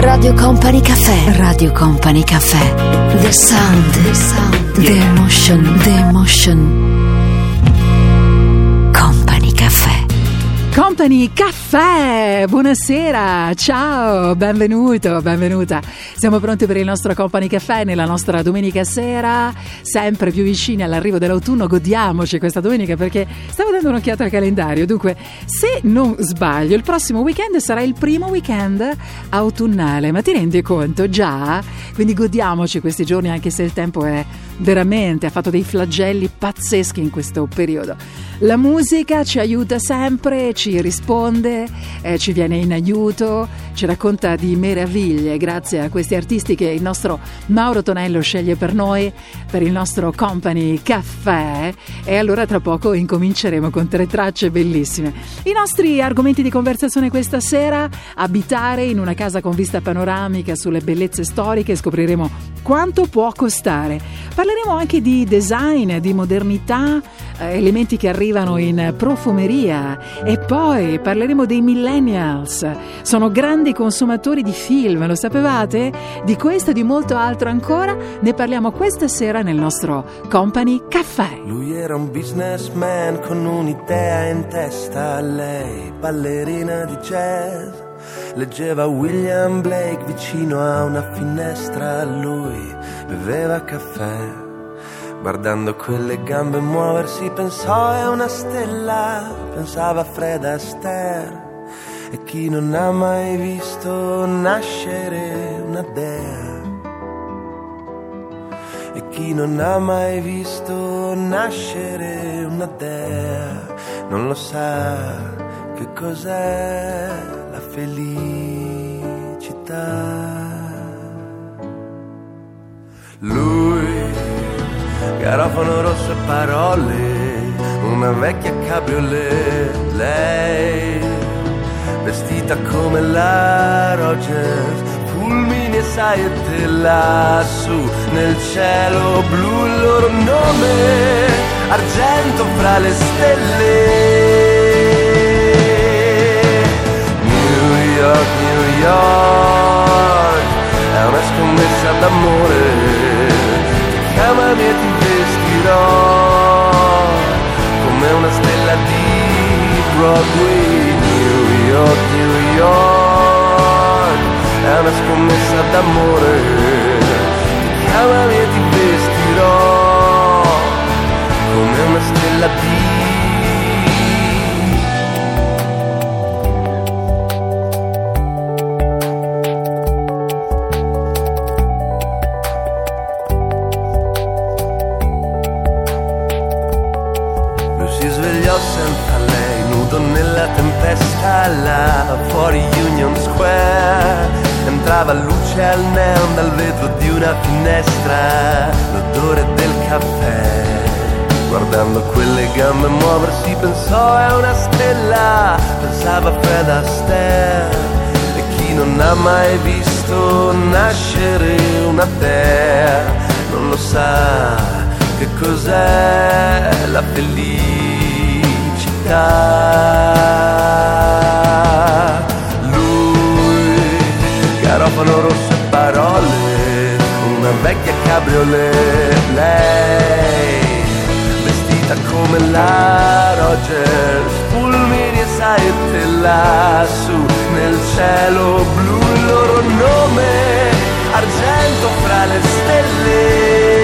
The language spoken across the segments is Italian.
Radio Company Cafè. Radio Company Cafè. The sound. The emotion. The emotion. Company Cafè. Company Caffè, buonasera, ciao, benvenuto, benvenuta. Siamo pronti per il nostro Company Caffè nella nostra domenica sera, sempre più vicini all'arrivo dell'autunno. Godiamoci questa domenica perché stavo dando un'occhiata al calendario. Dunque, se non sbaglio, il prossimo weekend sarà il primo weekend autunnale, ma ti rendi conto? Già? Quindi godiamoci questi giorni, anche se il tempo è veramente, ha fatto dei flagelli pazzeschi in questo periodo. La musica ci aiuta sempre, ci risponde, ci viene in aiuto, ci racconta di meraviglie grazie a questi artisti che il nostro Mauro Tonello sceglie per noi, per il nostro Company Caffè. E allora tra poco incominceremo con 3 tracce bellissime. I nostri argomenti di conversazione questa sera: abitare in una casa con vista panoramica sulle bellezze storiche, scopriremo quanto può costare. Parleremo anche di design, di modernità, elementi che arrivano in profumeria, e poi parleremo dei millennials. Sono grandi consumatori di film, lo sapevate? Di questo e di molto altro ancora ne parliamo questa sera nel nostro Company Caffè. Lui era un businessman con un'idea in testa, lei ballerina di jazz. Leggeva William Blake vicino a una finestra, lui beveva caffè. Guardando quelle gambe muoversi pensò è una stella, pensava a Fred Astaire. E chi non ha mai visto nascere una dea? E chi non ha mai visto nascere una dea non lo sa che cos'è la felicità. Lui, garofano rosso e parole, una vecchia cabriolet. Lei, vestita come la Rogers, fulmini e saette lassù nel cielo blu. Il loro nome, argento fra le stelle. New York, New York, è una scommessa d'amore. Chiamami e ti vestirò come una stella di Broadway. New York, New York, è una scommessa d'amore. Chiamami e ti vestirò come una stella di senza lei, nudo nella tempesta là fuori Union Square. Entrava luce al neon dal vetro di una finestra, l'odore del caffè. Guardando quelle gambe muoversi pensò è una stella, pensava a Fred Astaire. E chi non ha mai visto nascere una dea non lo sa che cos'è la felicità. Lui, garofano rosso e parole, una vecchia cabriolet. Lei, vestita come la Rogers, fulmini e saette lassù nel cielo blu. Il loro nome, argento fra le stelle.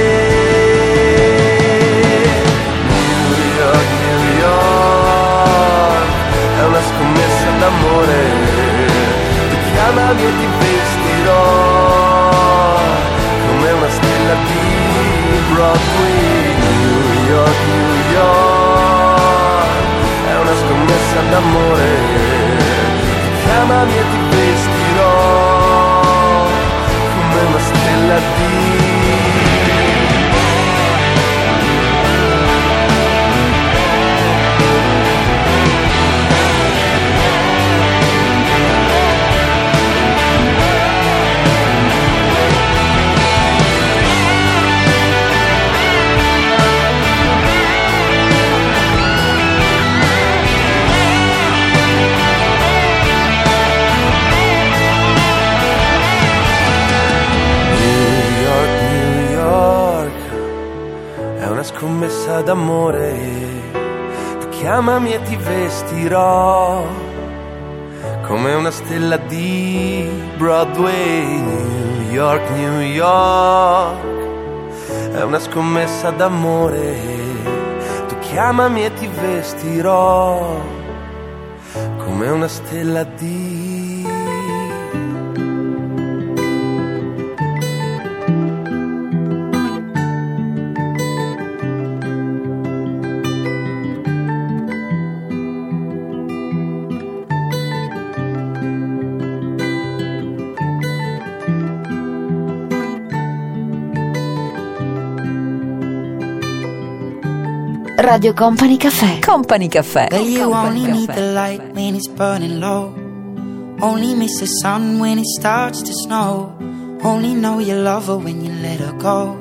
È una scommessa d'amore. Ti chiamami e ti vestirò come una stella di Broadway. New York, New York, è una scommessa d'amore. Ti chiamami e ti vestirò come una stella di scommessa d'amore. Tu chiamami e ti vestirò come una stella di Broadway, New York, New York. È una scommessa d'amore. Tu chiamami e ti vestirò come una stella di... Radio Company Caffè. Company Caffè. But you only need the light when it's burning low. Only miss the sun when it starts to snow. Only know you love her when you let her go.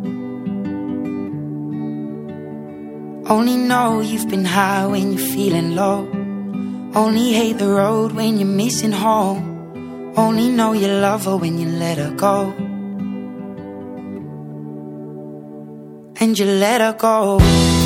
Only know you've been high when you're feeling low. Only hate the road when you're missing home. Only know you love her when you let her go. And you let her go.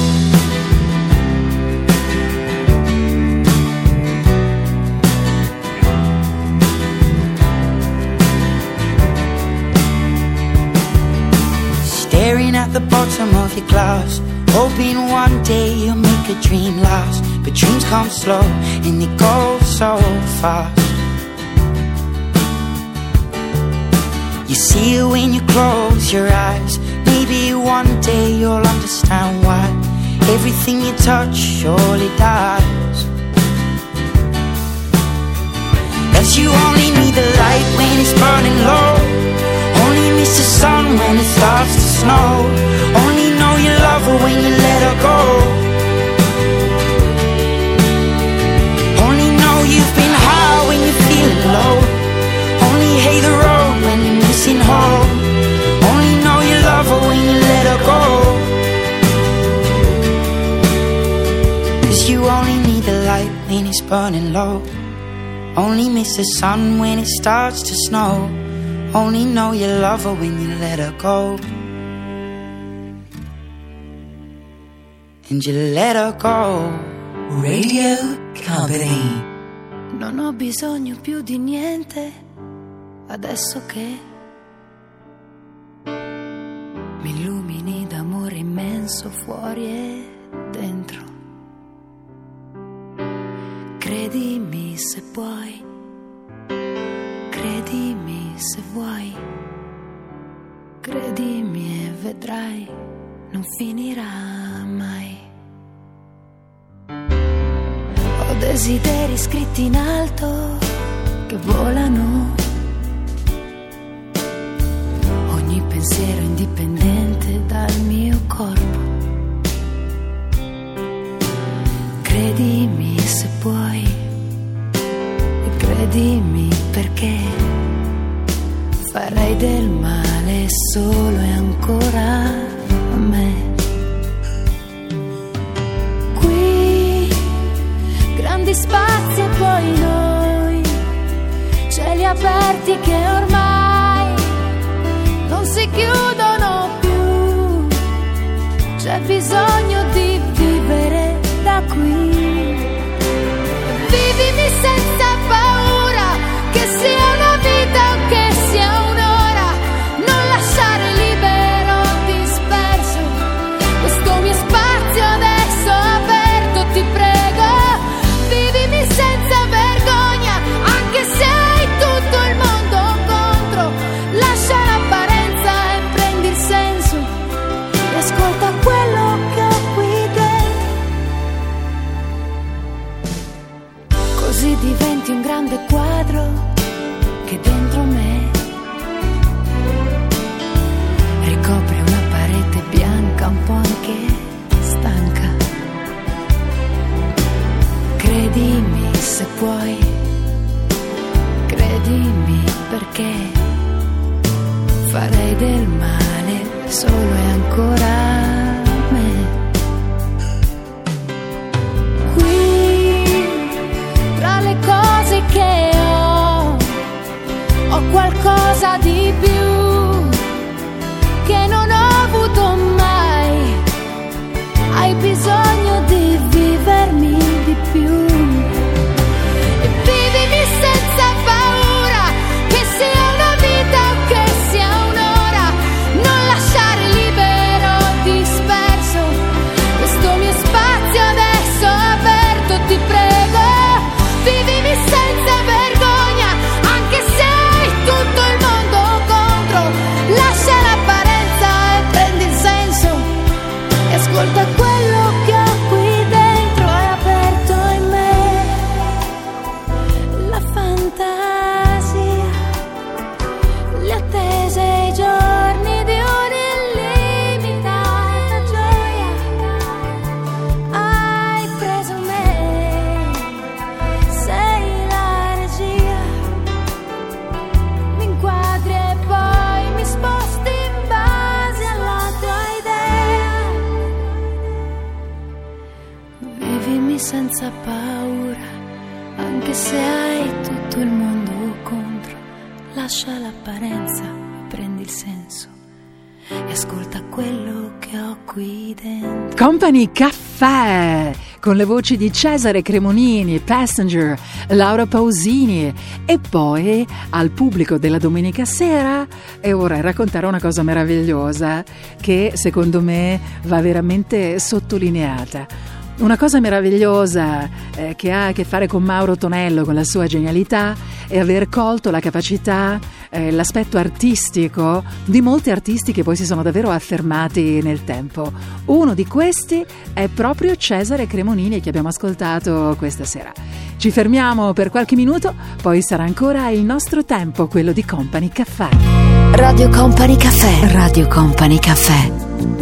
Staring at the bottom of your glass, hoping one day you'll make a dream last. But dreams come slow and they go so fast. You see it when you close your eyes. Maybe one day you'll understand why everything you touch surely dies. 'Cause you only need the light when it's burning low. Only miss the sun when it starts to snow. Only know you love her when you let her go. Only know you've been high when you're feeling low. Only hate the road when you're missing home. Only know you love her when you let her go. 'Cause you only need the light when it's burning low. Only miss the sun when it starts to snow. Only know you love her when you let her go. And you let her go. Radio Company. Non ho bisogno più di niente adesso che mi illumini d'amore immenso fuori e dentro. Credimi se puoi, credimi se vuoi, credimi e vedrai, non finirà mai. Ho desideri scritti in alto che volano, ogni pensiero indipendente dal mio corpo. Credimi se puoi e credimi perché farei del male solo e ancora a me. Qui grandi spazi e poi noi, cieli aperti che ormai non si chiudono più. C'è bisogno di vivere da qui. Vivimi senza paura, che sia una vita o che sia un'ora. Non lasciare libero, disperso questo mio spazio adesso aperto, ti prego. Vivimi senza vergogna, anche se hai tutto il mondo contro. Lascia l'apparenza e prendi il senso e ascolta quello che ho qui dentro. Così diventi un grande quadro che dentro me ricopre una parete bianca un po' anche stanca. Credimi se puoi, credimi perché farei del male solo e ancora a me. Qui tra le cose che ho qualcosa di più che non ho avuto mai. hai bisogno di vivermi di più. E vivimi senza paura, che sia una vita o che sia un'ora, non lasciare libero disperso questo mio spazio adesso aperto, ti prego. Vivimi senza vergogna, anche se hai tutto il mondo contro, lascia l'apparenza e prendi il senso, e ascolta quello che ho qui dentro. Hai aperto in me la fantasia, le attese, i giorni di un'illimitata gioia. Hai preso me, sei la regia, mi inquadri e poi mi sposti in base alla tua idea. Vivimi senza paura, anche se hai tutto il mondo contro, lascia l'apparenza e prendi il senso, e ascolta quello che ho qui dentro. Company Caffè, con le voci di Cesare Cremonini, Passenger, Laura Pausini, e poi al pubblico della domenica sera. E ora racconterò una cosa meravigliosa che secondo me va veramente sottolineata. Una cosa meravigliosa che ha a che fare con Mauro Tonello, con la sua genialità, è aver colto la capacità, l'aspetto artistico di molti artisti che poi si sono davvero affermati nel tempo. Uno di questi è proprio Cesare Cremonini, che abbiamo ascoltato questa sera. Ci fermiamo per qualche minuto, poi sarà ancora il nostro tempo, quello di Company Caffè. Radio Company Caffè. Radio Company Caffè.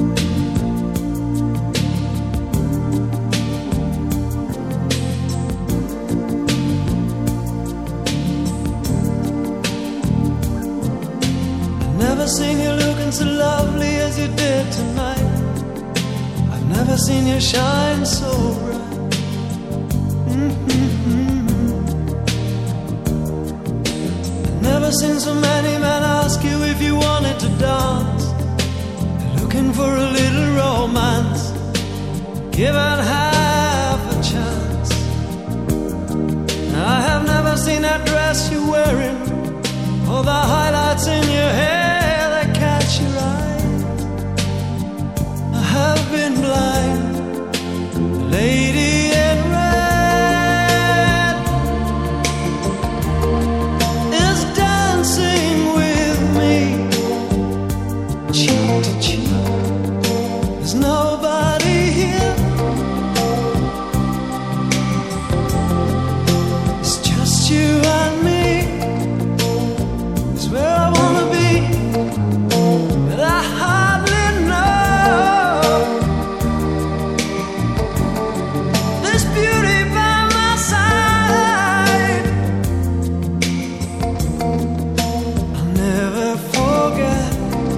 Never seen you looking so lovely as you did tonight. I've never seen you shine so bright. I've never seen so many men ask you if you wanted to dance. They're looking for a little romance, given half a chance. I have never seen that dress you're wearing, all the highlights in your hair that catch your eye. I have been blind, the lady in red is dancing with me, cheek to cheek. There's nobody here, it's just you and me. Where I wanna be, but I hardly know. This beauty by my side, I'll never forget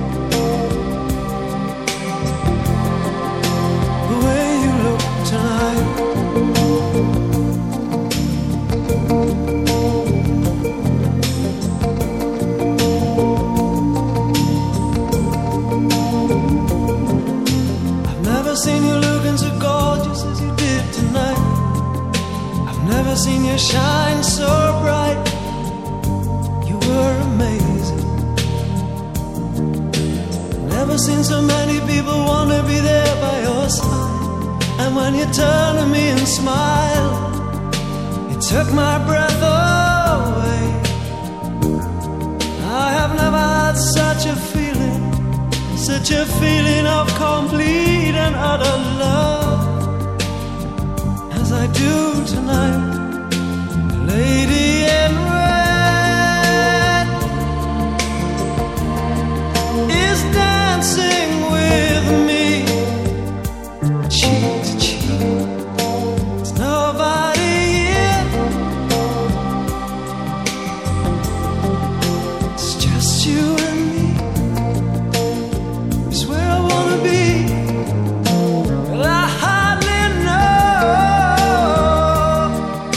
the way you look tonight. Seen you looking so gorgeous as you did tonight. I've never seen you shine so bright. You were amazing. Never seen so many people want to be there by your side. And when you turn to me and smile, it took my breath away. I have never had such a feeling, such a feeling of complete and utter love as I do tonight. The lady in red is dancing with me, cheek to cheek. There's nobody here, it's just you and me. Be, but I hardly know.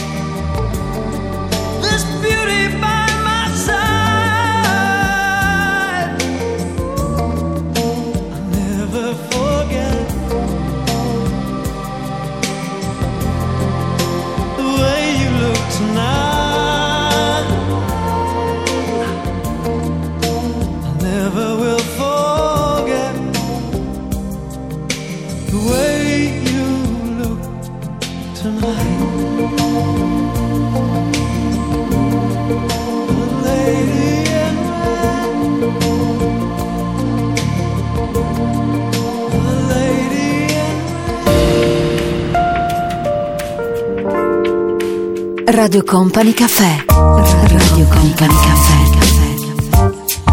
Radio Company Cafè. Radio Company Cafè.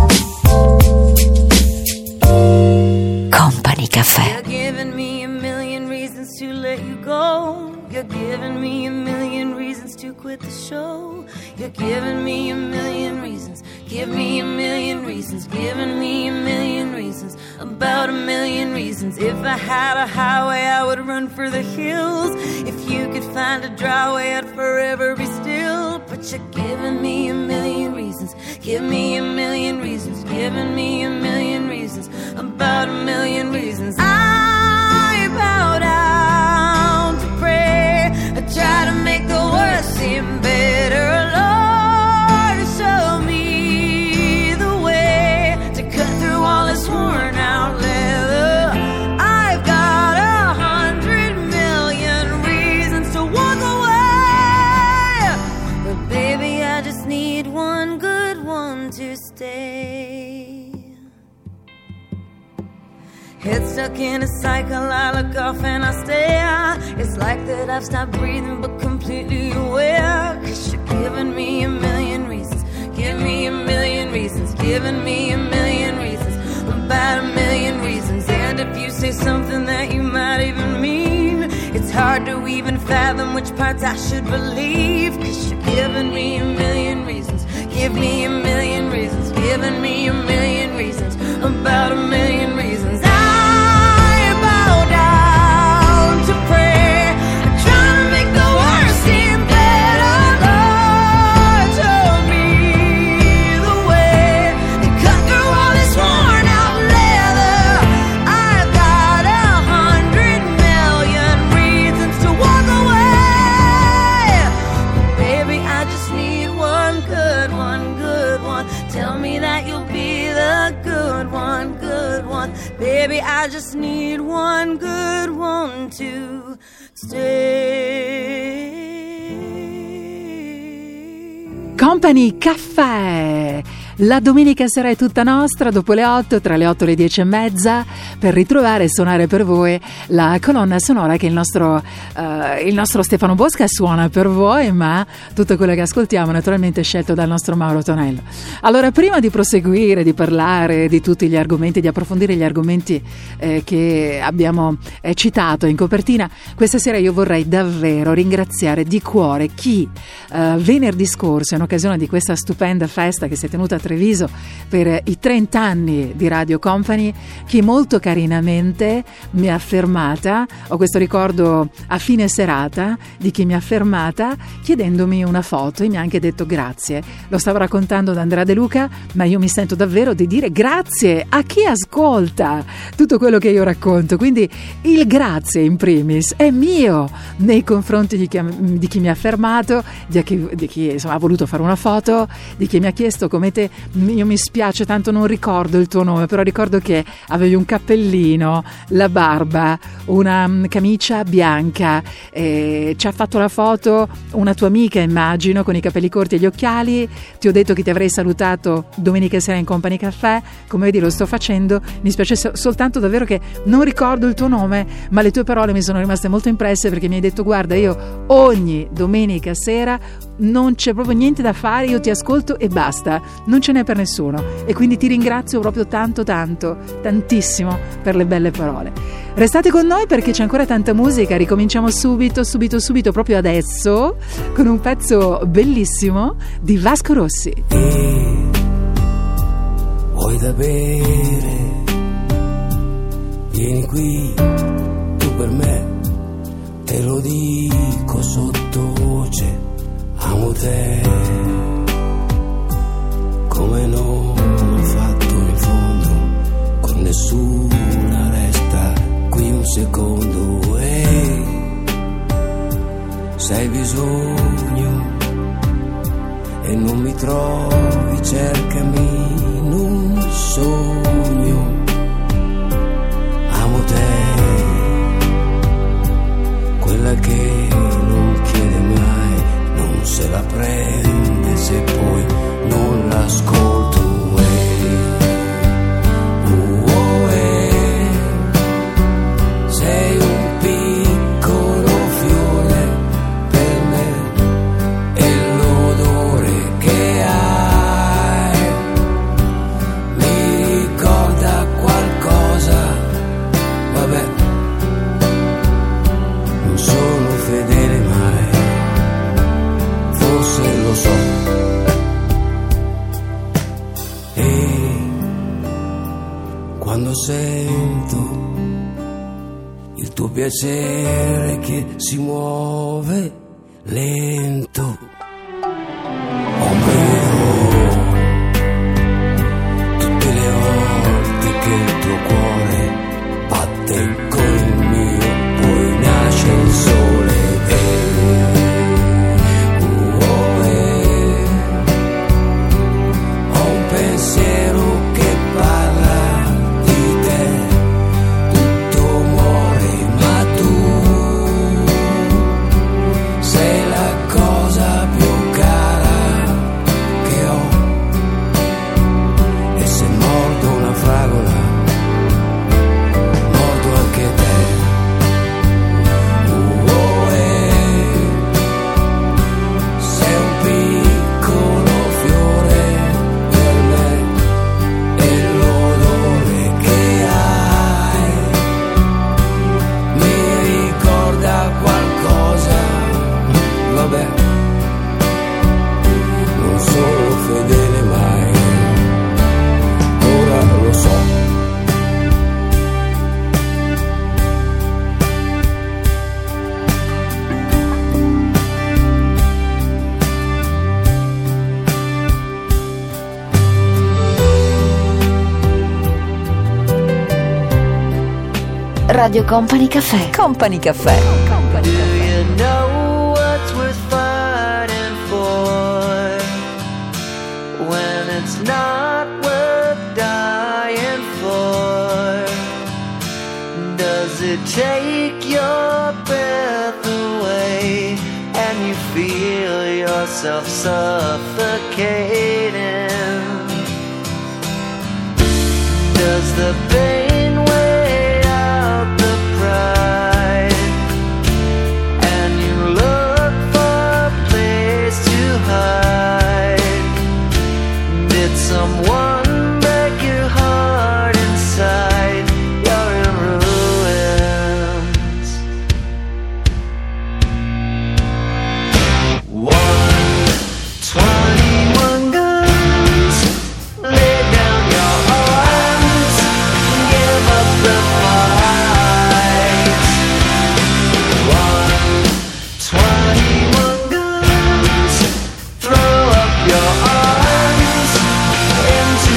Company Cafè. You're giving me a million reasons to let you go. You're giving me a million reasons to quit the show. You're giving me a million reasons. Give me a million reasons. Giving me a million reasons. About a million reasons. If I had a highway, I would run for the hills. If you could find a dry way, I'd forever be still. But you're giving me a million reasons. Give me a million reasons. Giving me a million reasons. About a million reasons. I bow down to pray. I try to make the worst seem better. Lord, show me the way to cut through all this worn out leather. I've got 100 million reasons to walk away, but baby, I just need one good one to stay. Head stuck in a cycle, I look off and I stare. It's like that I've stopped breathing but completely aware. 'Cause you're giving me a million reasons. Give me a million reasons. Giving me a million reasons. About a million reasons. And if you say something that you might even mean, it's hard to even fathom which parts I should believe. 'Cause you're giving me a million reasons. Give me a million reasons. Giving me a million reasons. About a million reasons. I bow down to pray. I try to make the worst seem better. Lord, show me the way to cut through all this worn out leather. I've got 100 million reasons to walk away, but baby, I just need one good one, good one. Tell me that you'll be the good one, good one. Baby, I just need one good one to stay. Company Cafè. La domenica sera è tutta nostra, dopo le 8, tra le 8 e le 10 e mezza, per ritrovare e suonare per voi la colonna sonora che il nostro Stefano Bosca suona per voi, ma tutto quello che ascoltiamo naturalmente è scelto dal nostro Mauro Tonello. Allora, prima di proseguire, di parlare di tutti gli argomenti, di approfondire gli argomenti che abbiamo citato in copertina, questa sera io vorrei davvero ringraziare di cuore chi venerdì scorso, in occasione di questa stupenda festa che si è tenuta a Treviso per i 30 anni di Radio Company, che molto carinamente mi ha fermata. Ho questo ricordo a fine serata di chi mi ha fermata chiedendomi una foto e mi ha anche detto grazie. Lo stavo raccontando da Andrea De Luca, ma io mi sento davvero di dire grazie a chi ascolta tutto quello che io racconto, quindi il grazie in primis è mio nei confronti di chi mi ha fermato, di chi insomma, ha voluto fare una foto, di chi mi ha chiesto come te. Io mi spiace, tanto non ricordo il tuo nome, però ricordo che avevi un cappellino, la barba, una camicia bianca, ci ha fatto la foto una tua amica, immagino, con i capelli corti e gli occhiali. Ti ho detto che ti avrei salutato domenica sera in Company Cafè, come vedi lo sto facendo. Mi spiace soltanto davvero che non ricordo il tuo nome, ma le tue parole mi sono rimaste molto impresse, perché mi hai detto guarda, io ogni domenica sera non c'è proprio niente da fare, io ti ascolto e basta, non ce n'è per nessuno, e quindi ti ringrazio proprio tantissimo per le belle parole. Restate con noi perché c'è ancora tanta musica. Ricominciamo subito, proprio adesso, con un pezzo bellissimo di Vasco Rossi. Vuoi da bere? Vieni qui, tu per me, te lo dico sottovoce, amo te, come non ho fatto in fondo, con nessuna resta qui un secondo, e se hai bisogno e non mi trovi, cercami in un sogno, amo te, quella che non chiede mai, non se la prende se poi non l'ascolto. Sei un piccolo fiore per me quando sento il tuo piacere che si muove lento. Tutte le volte che il tuo cuore batte con il mio, poi nasce il sole. Ho un pensiero che parla di te, tutto muore, ma tu sei la cosa più cara che ho. E se mordo una fragola, mordo anche te. Sei un piccolo fiore per me e l'odore che hai mi ricorda qualcosa. Vabbè, non sono fedele mai, ora lo so. Radio Company Cafè. Company Cafè. Do you know what's worth fighting for when it's not worth dying for? Does it take your breath away and you feel yourself suffocating? Does the pain weigh out the pride and you look for a place to hide? Did someone break your heart inside? You're in ruins. 121 guns, lay down your arms, give up the fight. 121 guns, throw up your arms into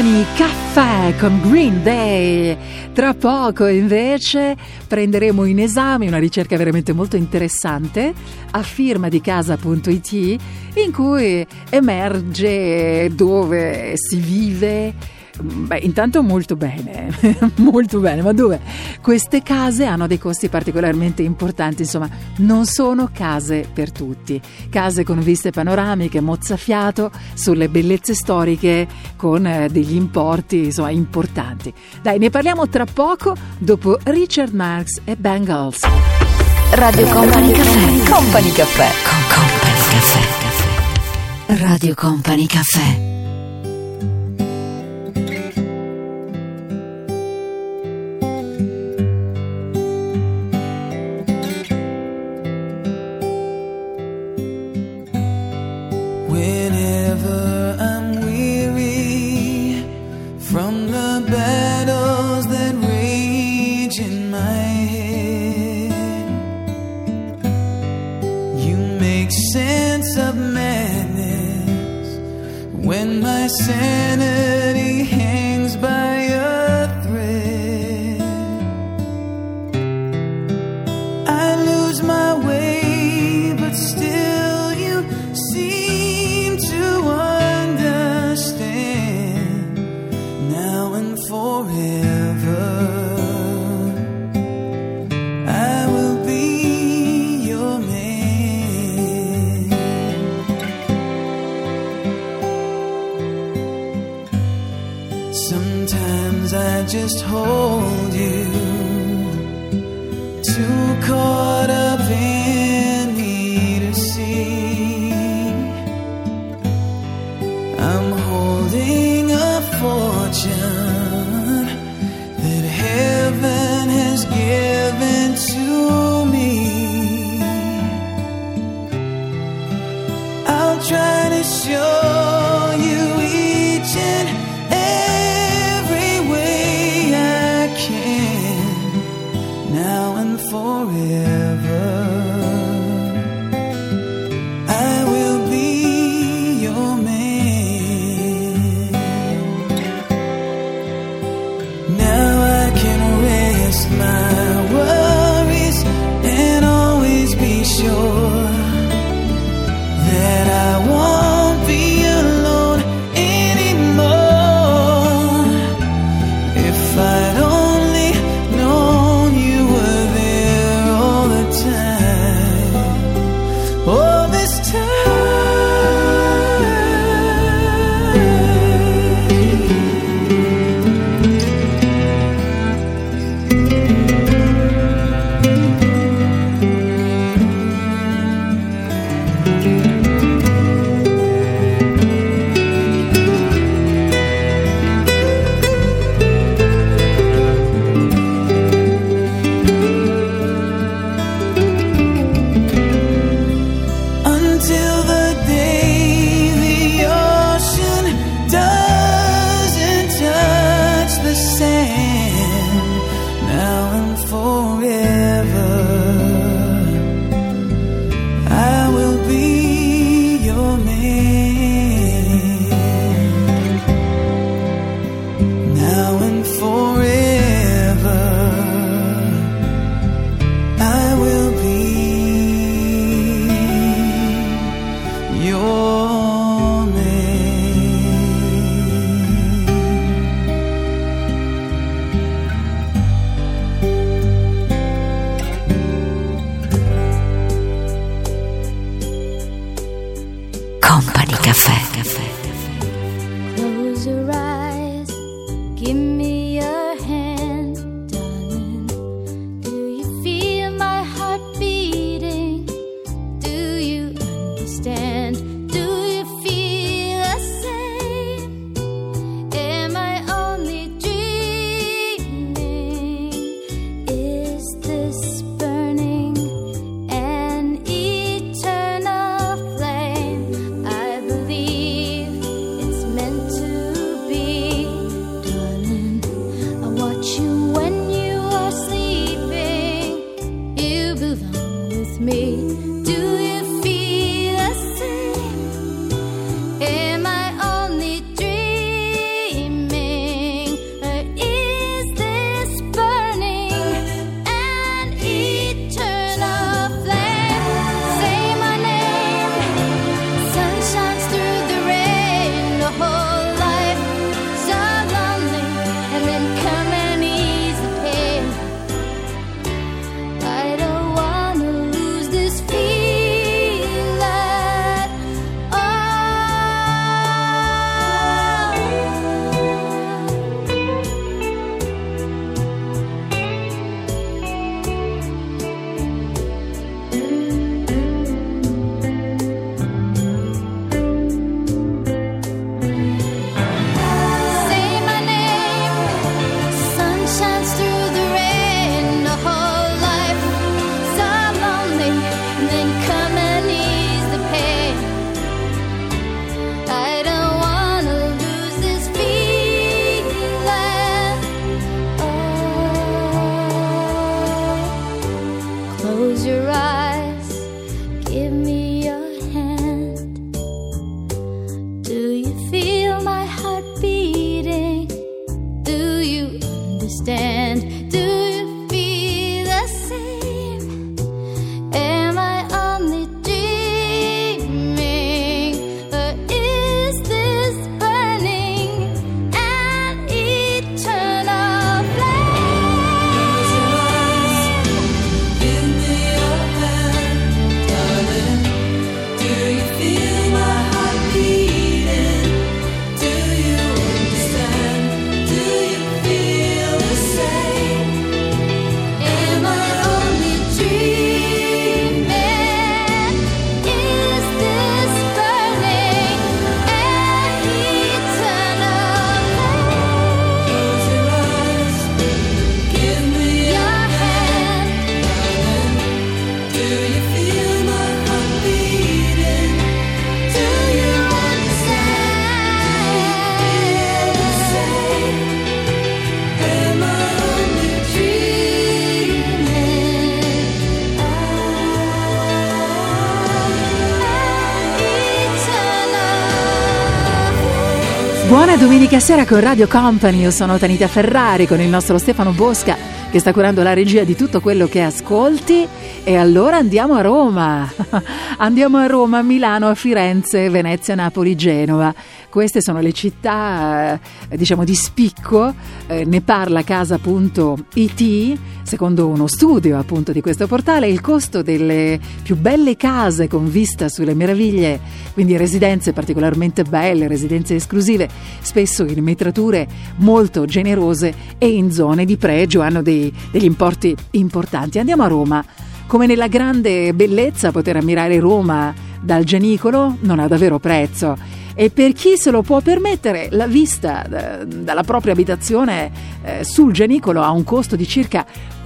Company Caffè con Green Day. Tra poco invece prenderemo in esame una ricerca veramente molto interessante a firma di casa.it, in cui emerge dove si vive. Beh, intanto molto bene, molto bene, ma dove queste case hanno dei costi particolarmente importanti, insomma non sono case per tutti, case con viste panoramiche, mozzafiato sulle bellezze storiche con degli importi insomma importanti. Dai, ne parliamo tra poco dopo Richard Marx e Bangles. Radio Company Caffè. Company Caffè. Company Caffè. Radio Company Caffè. Sanity hangs by a thread. I lose my way, but still you seem to understand. Now and forever, I will be your man. Sometimes I just hold you, too caught up in me to see. I'm holding a fortune that heaven has given to me. I'll try to show you each and now and forever, I will be your man. Now I can rest my worries and always be sure that I won't be alone anymore. If I don't me. Do you feel the same? Buona domenica sera con Radio Company, io sono Tanita Ferrari con il nostro Stefano Bosca che sta curando la regia di tutto quello che ascolti. E allora andiamo a Roma, andiamo a Roma, a Milano, a Firenze, Venezia, Napoli, Genova. Queste sono le città diciamo di spicco, ne parla casa.it. Secondo uno studio appunto di questo portale, il costo delle più belle case con vista sulle meraviglie, quindi residenze particolarmente belle, residenze esclusive, spesso in metrature molto generose e in zone di pregio, hanno degli importi importanti. Andiamo a Roma. Come nella grande bellezza, poter ammirare Roma dal Gianicolo non ha davvero prezzo. E per chi se lo può permettere, la vista dalla propria abitazione sul Gianicolo ha un costo di circa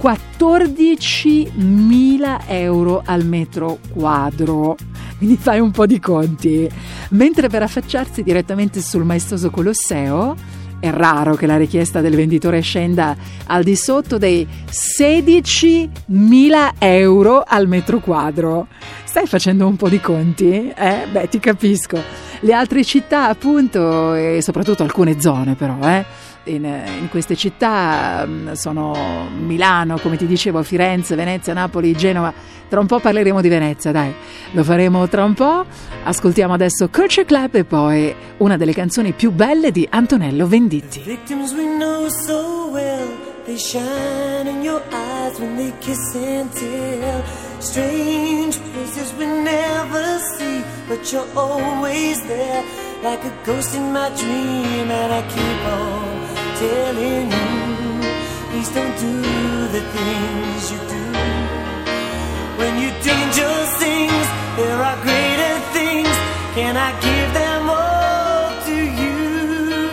14.000 euro al metro quadro. Quindi fai un po' di conti. Mentre per affacciarsi direttamente sul maestoso Colosseo è raro che la richiesta del venditore scenda al di sotto dei 16.000 euro al metro quadro. Stai facendo un po' di conti? Beh, ti capisco. Le altre città, appunto, e soprattutto alcune zone però, in queste città sono Milano, come ti dicevo, Firenze, Venezia, Napoli, Genova. Tra un po' parleremo di Venezia, dai, lo faremo tra un po'. Ascoltiamo adesso Culture Club e poi una delle canzoni più belle di Antonello Venditti. The victims we know so well, they shine in your eyes when they kiss and tell. Strange places we never see, but you're always there, like a ghost in my dream. And I keep on telling you, please don't do the things you do. When you dangerous things, there are greater things. Can I give them all to you?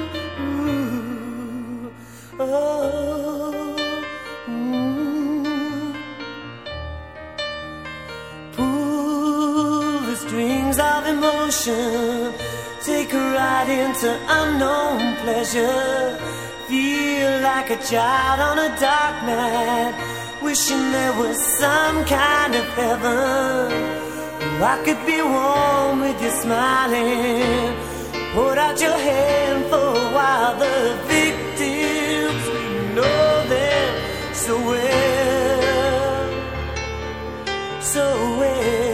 Ooh, oh, Pull the strings of emotion, take a ride into unknown pleasure. Feel like a child on a dark night, wishing there was some kind of heaven. I could be warm with you smiling. Put out your hand for a while. The victims, we know them so well, so well.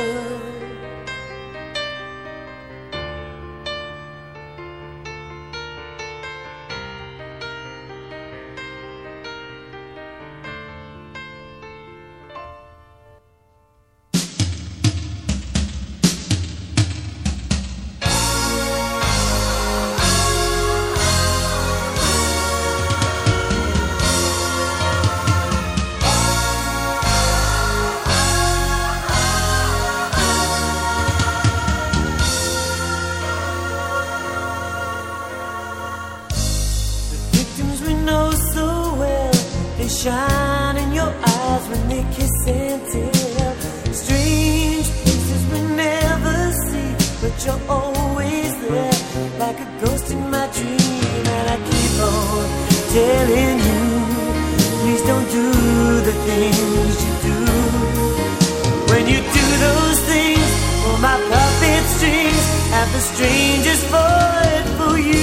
Shine in your eyes when they kiss and tell. Strange places we never see, but you're always there, like a ghost in my dream. And I keep on telling you, please don't do the things you do. When you do those things, pull my puppet strings, have the strangest void for you.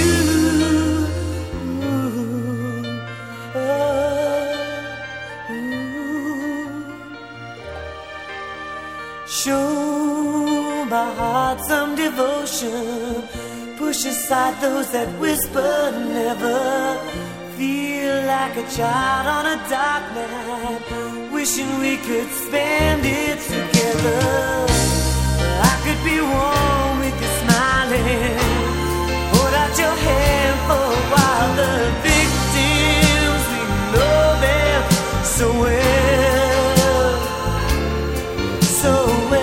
Show my heart some devotion, push aside those that whisper never. Feel like a child on a dark night, wishing we could spend it together. I could be warm with you smiling. Hold out your hand for a while. The victims, we know them so well, so well.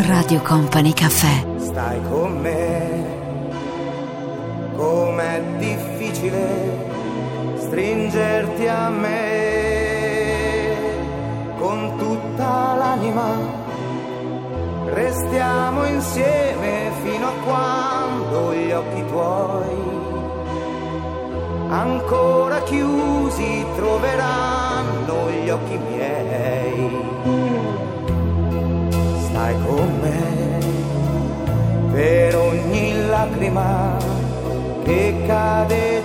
Radio Company Cafè. Stai con me, com'è difficile stringerti a me con tutta l'anima. Restiamo insieme fino a quando gli occhi tuoi ancora chiusi troveranno gli occhi miei. Stai con me per ogni lacrima che cade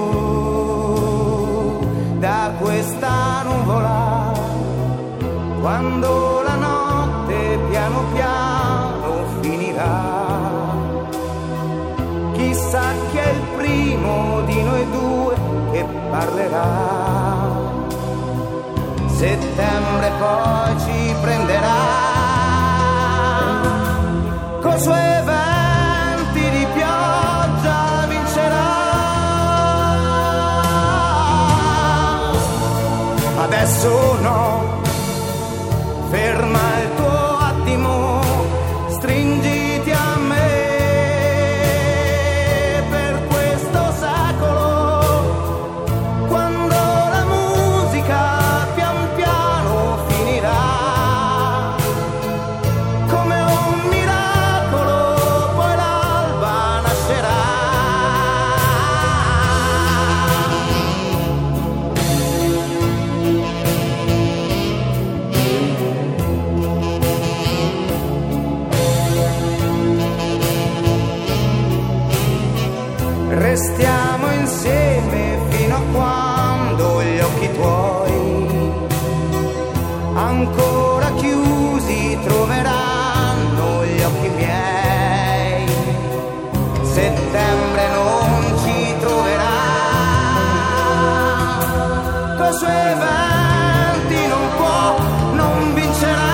giù da questa nuvola, quando la notte piano piano finirà. Chissà chi è il primo di noi due che parlerà. Settembre poi ci prenderà coi suoi venti di pioggia, vincerà. Adesso no, ferma il tuo attimo, stringiti a me. Per questo secolo, quando la musica pian piano finirà, come un miracolo poi l'alba nascerà. Restiamo insieme fino a quando gli occhi tuoi ancora chiusi troveranno gli occhi miei. Settembre non ci troverà, coi suoi venti non può, non vincerà.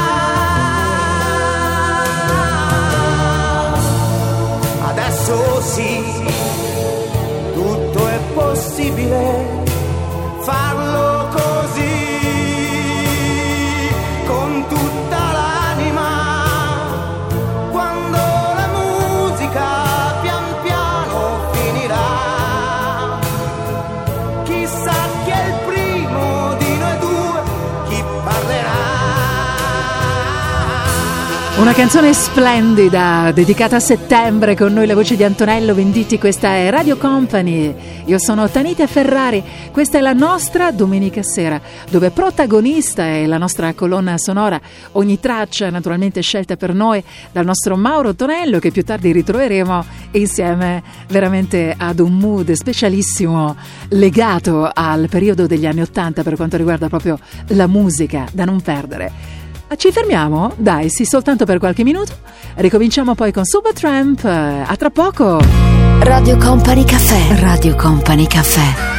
Adesso sì, tutto è possibile farlo così, con tutta l'anima, quando la musica pian piano finirà. Chissà chi è il primo di noi due, chi parlerà. Una canzone splendida dedicata a settembre, con noi la voce di Antonello Venditti. Questa è Radio Company, io sono Tanita Ferrari, questa è la nostra domenica sera, dove protagonista è la nostra colonna sonora, ogni traccia naturalmente scelta per noi dal nostro Mauro Tonello, che più tardi ritroveremo insieme veramente ad un mood specialissimo legato al periodo degli anni '80 per quanto riguarda proprio la musica da non perdere. Ci fermiamo? Dai, sì, soltanto per qualche minuto. Ricominciamo poi con Supertramp. A tra poco. Radio Company Cafè. Radio Company Cafè.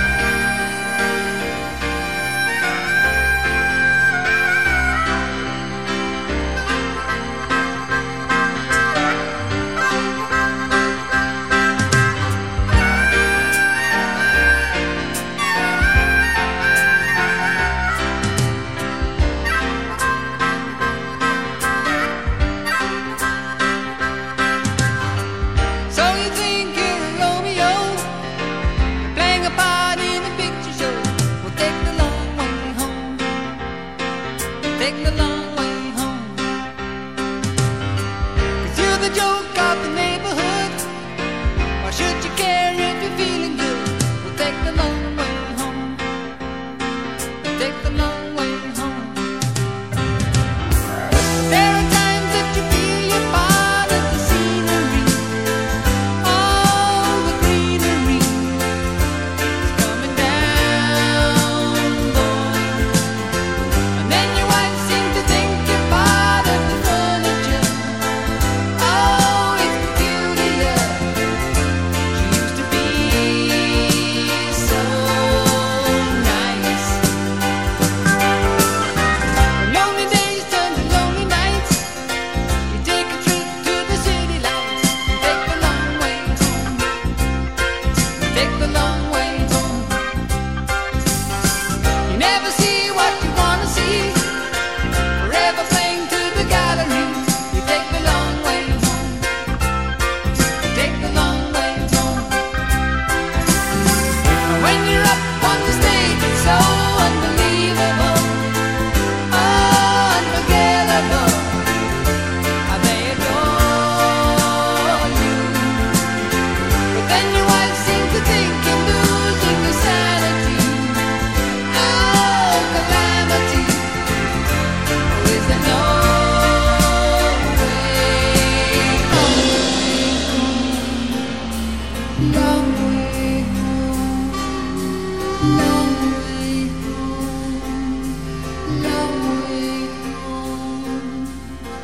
So you think you're Romeo, playing a part in a picture show? Well, take the long way home. Take the long way home. 'Cause you're the joke of the neighborhood. Why should you care if you're feeling good? Well, take the long way home. Take the long way home. There are times that you feel you're part of the scenery. All the greenery is coming down, boy. And then your wife seems to think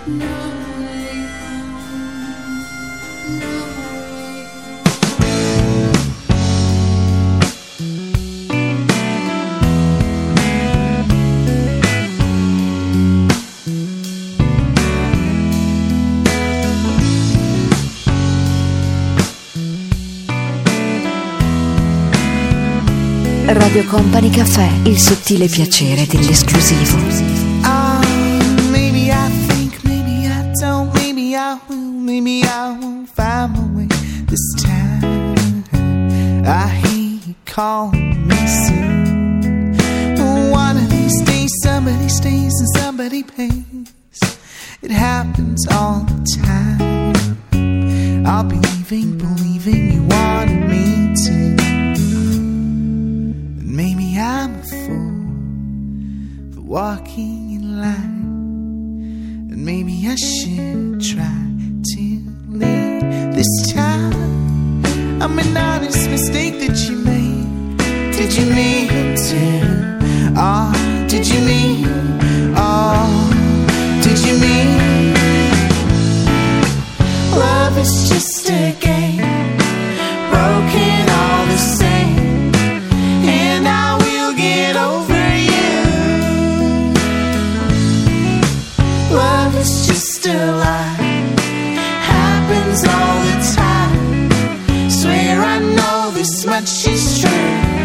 Radio Company Cafè, il sottile piacere dell'esclusivo. Maybe I think, maybe I don't, maybe I will, maybe I won't find my way this time. I hear you calling me soon. One of these days somebody stays and somebody pays. It happens all the time. I'll be believing you wanted me to. Maybe I'm a fool for walking in line, and maybe I should try to lead this time. I'm an honest mistake that you made. Did you mean to? Oh, did you mean? Oh, did you mean? Love is just a game, broken all the same. And I will get over you. Love is just a lie, happens all the time. Swear I know this much is true.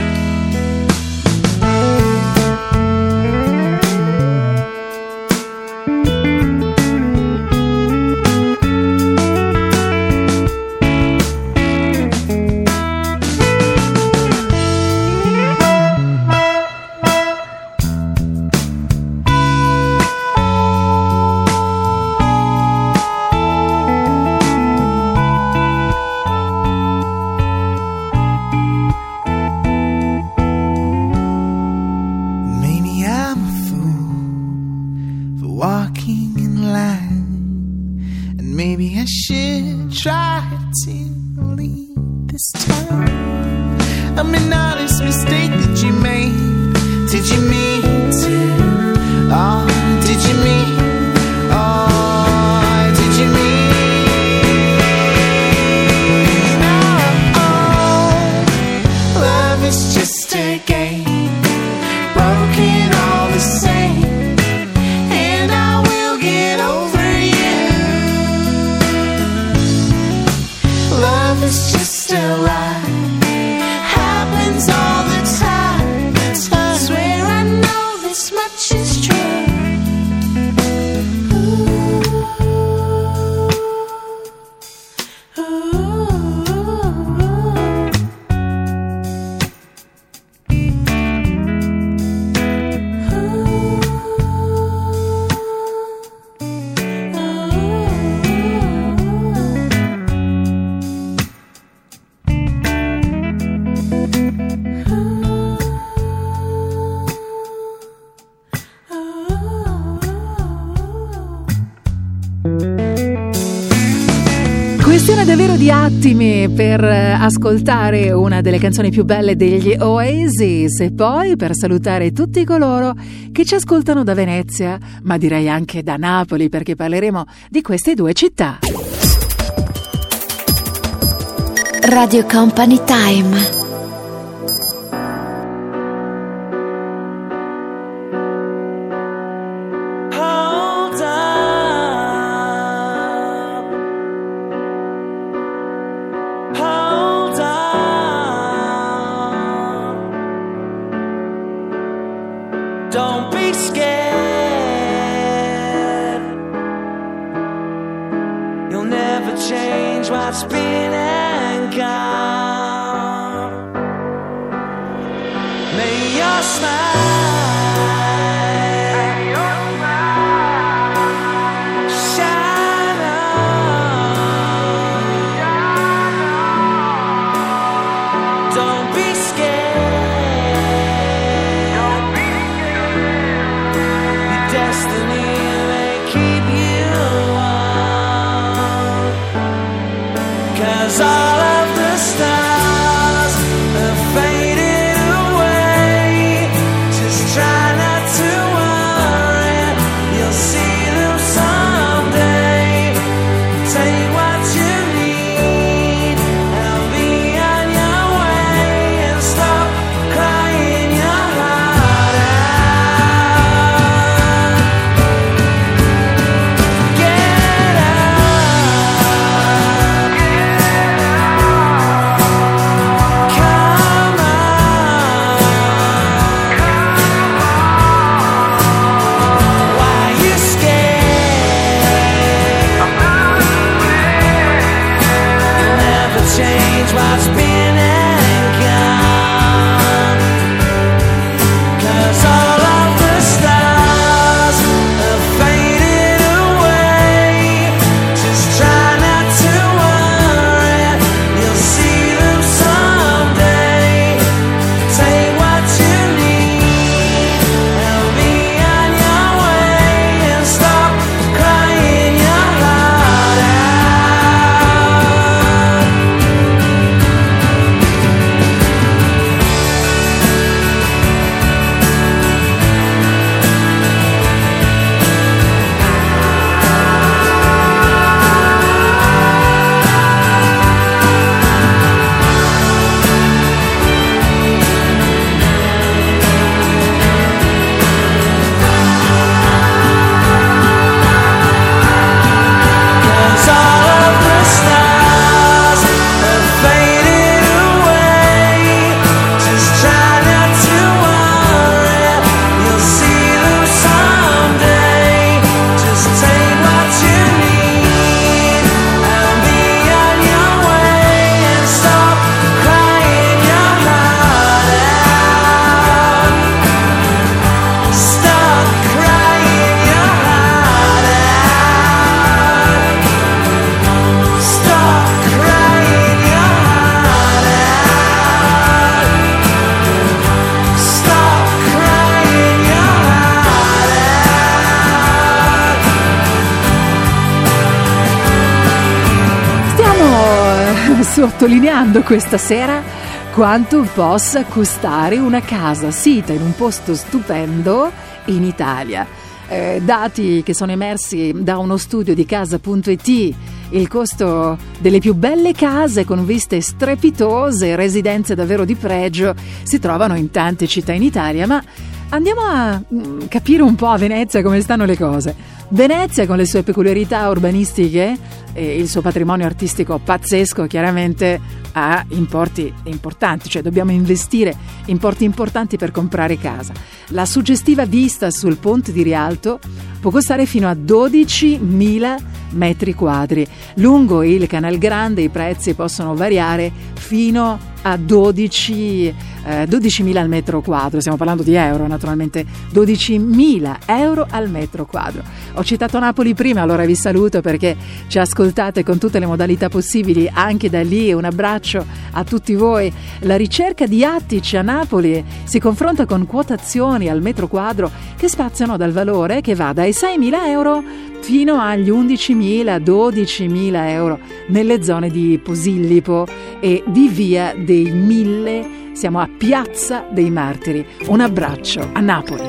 Questione davvero di attimi per ascoltare una delle canzoni più belle degli Oasis e poi per salutare tutti coloro che ci ascoltano da Venezia, ma direi anche da Napoli, perché parleremo di queste due città. Radio Company Time. Try not to worry, you'll see them someday. sottolineando questa sera quanto possa costare una casa sita in un posto stupendo in Italia. Dati che sono emersi da uno studio di casa.it, il costo delle più belle case con viste strepitose, residenze davvero di pregio, si trovano in tante città in Italia, ma andiamo a capire un po' a Venezia come stanno le cose. Venezia, con le sue peculiarità urbanistiche e il suo patrimonio artistico pazzesco, chiaramente ha importi importanti, cioè dobbiamo investire importi importanti per comprare casa. La suggestiva vista sul ponte di Rialto può costare fino a 12.000 metri quadri. Lungo il Canal Grande i prezzi possono variare fino a 12.000 al metro quadro, stiamo parlando di euro naturalmente, 12.000 euro al metro quadro. Ho citato Napoli prima, allora vi saluto perché ci ascoltate con tutte le modalità possibili anche da lì. Un abbraccio a tutti voi. La ricerca di Attici a Napoli si confronta con quotazioni al metro quadro che spaziano dal valore che va dai 6.000 euro fino agli 11.000, 12.000 euro nelle zone di Posillipo e di Via dei Mille. Siamo a Piazza dei Martiri. Un abbraccio a Napoli.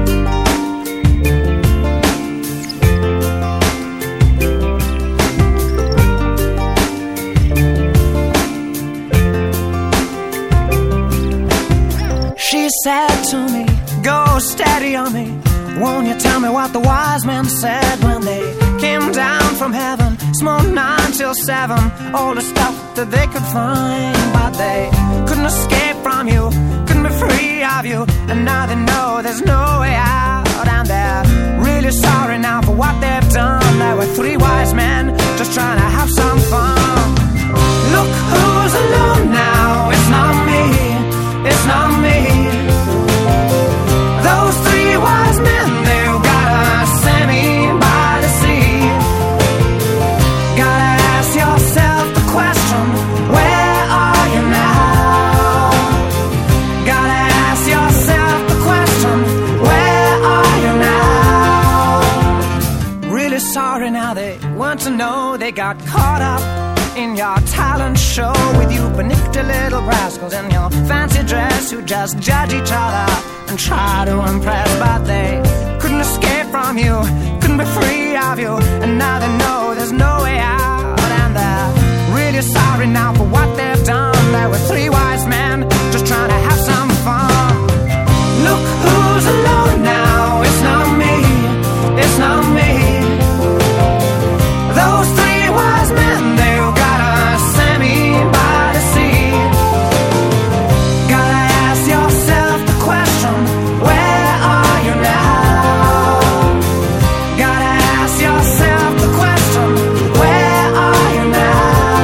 She said to me, go steady on me. Won't you tell me what the wise men said when they came down from heaven? Smoked 9 till 7, all the stuff that they could find. But they couldn't escape from you, couldn't be free of you. And now they know there's no way out. And they're really sorry now for what they've done. There were 3 wise men just trying to have some fun. Look who's alone now, it's not me, it's not me. Those 3 wise men, they've got a semi by the sea. Gotta ask yourself the question, where are you now? Gotta ask yourself the question, where are you now? Really sorry now they weren't to know they got caught up in your talent show with you panicked little rascals in your fancy dress who just judge each other and try to impress, but they couldn't escape from you, couldn't be free of you, and now they know there's no way out. And they're really sorry now for what they've done. There were 3 wise men just trying to have some fun. Look who's alone now, it's not me, it's not me. Those 3 wise men, they've got a semi by the sea. Gotta ask yourself the question, where are you now? Gotta ask yourself the question, where are you now?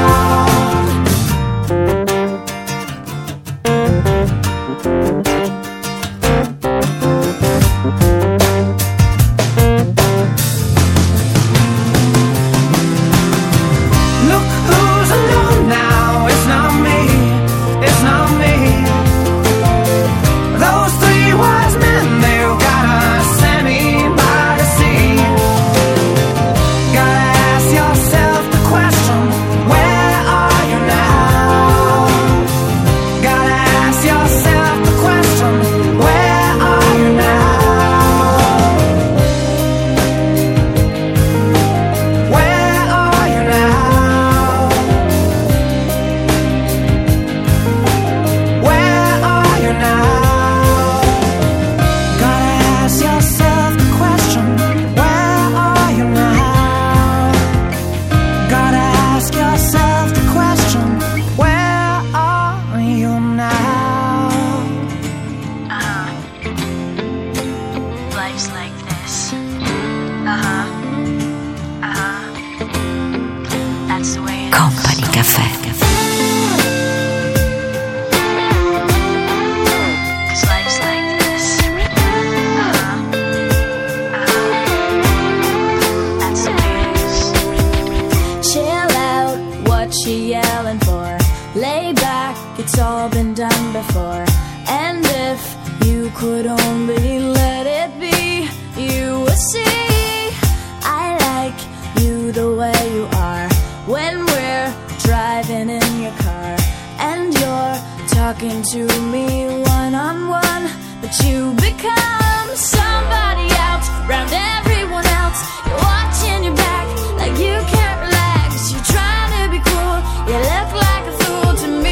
Look who's alone now, it's not me, it's not me. Those 3 wise men, they've got a semi by the sea. Gotta ask yourself the question, where are you now? Gotta ask yourself the question, where are you now? Where are you now? Where are you now? Gotta ask yourself the question, where are you now? Gotta ask yourself the question, where are you now? Life's like this. That's the way it is. Company Caffè. 'Cause life's like this. That's the way it is. Chill out, what you yelling for? Lay back, it's all been done before. And if you could only let it be, you would see I like you the way you are. When we're driving in your to me one-on-one, but you become somebody else, round everyone else. You're watching your back like you can't relax. You're trying to be cool, you look like a fool to me.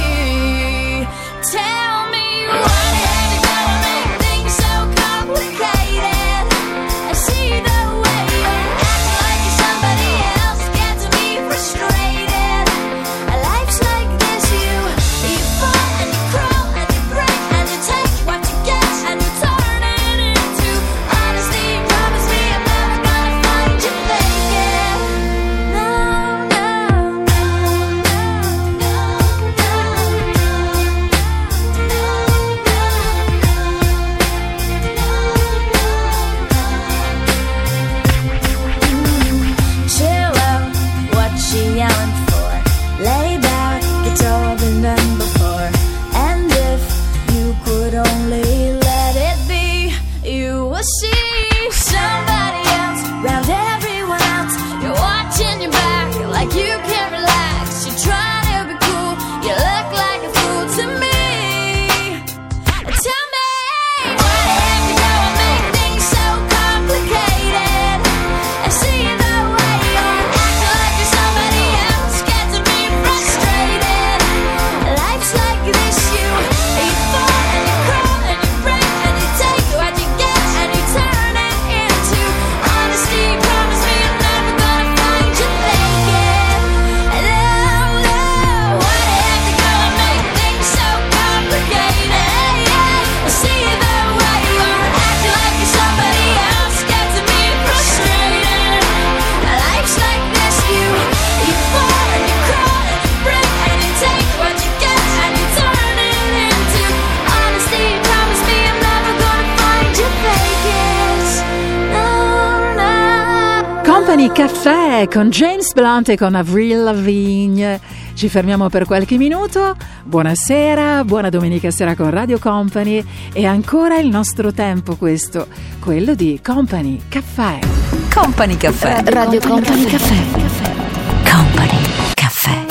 Tell me what have you done to make things so complicated? I see the way you act like you're somebody else, gets me frustrated. Life's like this, you fall and you crawl and you break and you take what you get and you turn it into honesty. Promise me I'm never gonna find you faking. No, no, no, no, chill out, what you yelling for? Lay back, it's all been done before. And if you could only let it be, you will see somebody else, round everyone else. You're watching your back like you can't relax. You're trying to be cool, you look like a fool to me. Tell me, what have you done to make things so complicated? I see the way you act like you're somebody else, gets me frustrated. Life's like this, you fall and you crawl and you break and you take what you get and you turn it into honesty. Promise me I'm never gonna find you faking. No, no, what have you done to make things so complicated? I see the way you act like you're somebody else, gets me frustrated. Life's like this, you fall and you crawl and you break and you take what you get and you turn it into honesty. Promise me I'm never gonna find you faking. No, no. Company Caffè con James Blunt e con Avril Lavigne. Ci fermiamo per qualche minuto. Buonasera, buona domenica sera con Radio Company. E ancora il nostro tempo questo, quello di Company Caffè. Company Caffè. Radio Company Caffè. Company Caffè.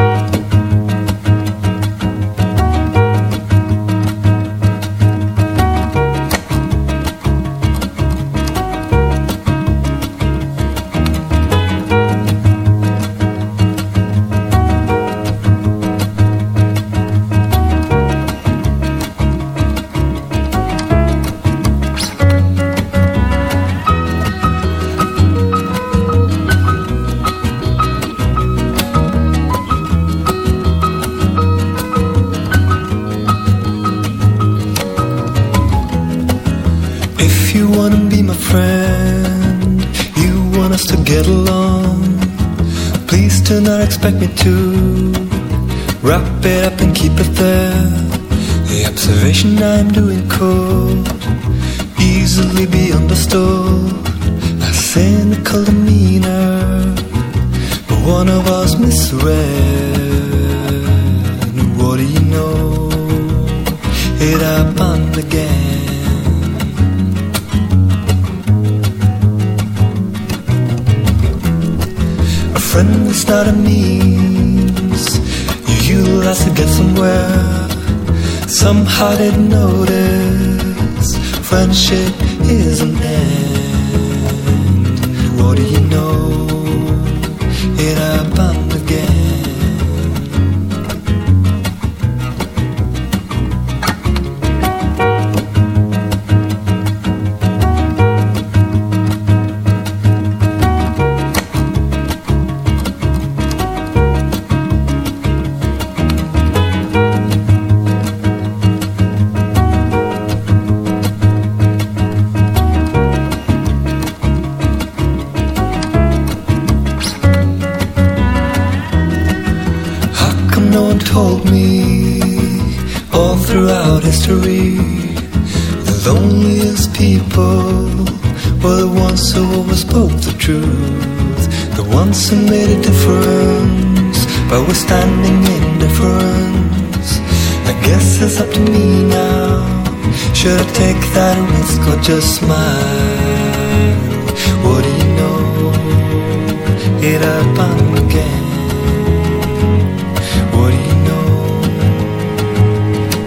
If you wanna be my friend, you want us to get along, please do not expect me to wrap it up and keep it there. The observation I'm doing could easily be understood. A cynical demeanor, but one of us misread. What do you know? It happened again. A friend is not a means you utilize to get somewhere. Somehow didn't notice friendship is an end. What do you know? It happened again. Told me all throughout history the loneliest people were the ones who always spoke the truth, the ones who made a difference by withstanding indifference. I guess it's up to me now. Should I take that risk or just smile? What do you know? It happened again. What do you know?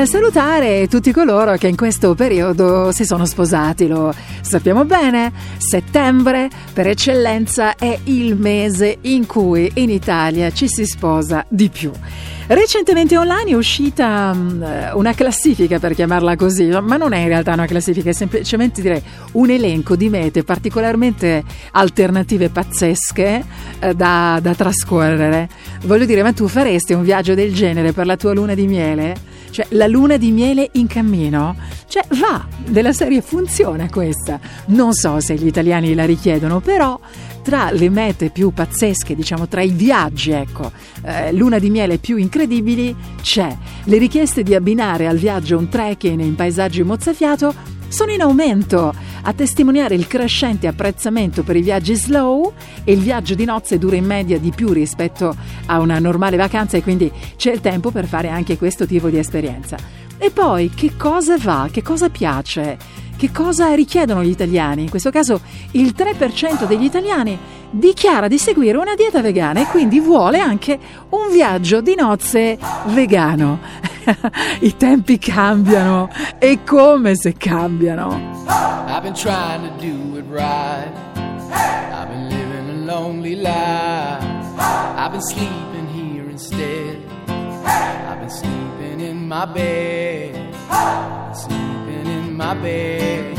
salutare tutti coloro che in questo periodo si sono sposati. Lo sappiamo bene, settembre per eccellenza è il mese in cui in Italia ci si sposa di più. Recentemente online è uscita una classifica, per chiamarla così, ma non è in realtà una classifica, è semplicemente direi un elenco di mete particolarmente alternative, pazzesche da trascorrere. Voglio dire, ma tu faresti un viaggio del genere per la tua luna di miele? Cioè, la luna di miele in cammino? Cioè, va, della serie funziona questa. Non so se gli italiani la richiedono, però tra le mete più pazzesche, diciamo tra i viaggi, ecco, luna di miele più incredibili, c'è. Le richieste di abbinare al viaggio un trekking in paesaggi mozzafiato sono in aumento, a testimoniare il crescente apprezzamento per i viaggi slow, e il viaggio di nozze dura in media di più rispetto a una normale vacanza, e quindi c'è il tempo per fare anche questo tipo di esperienza. E poi che cosa va, che cosa piace, che cosa richiedono gli italiani? In questo caso il 3% degli italiani dichiara di seguire una dieta vegana e quindi vuole anche un viaggio di nozze vegano. I tempi cambiano, e come se cambiano. I've been trying to do it right. I've been living a lonely life. I've been sleeping here instead. I've been sleeping in my bed. Sleeping in my bed.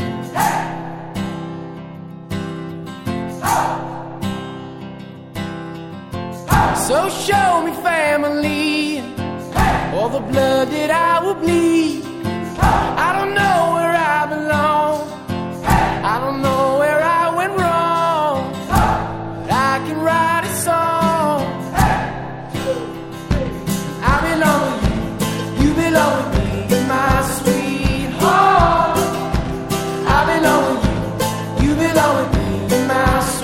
So show me family, all the blood that I will bleed. I don't know where I belong. I don't know where I went wrong. But I can write a song. I belong with you, you belong with me, my sweetheart. I belong with you belong with me, my sweetheart.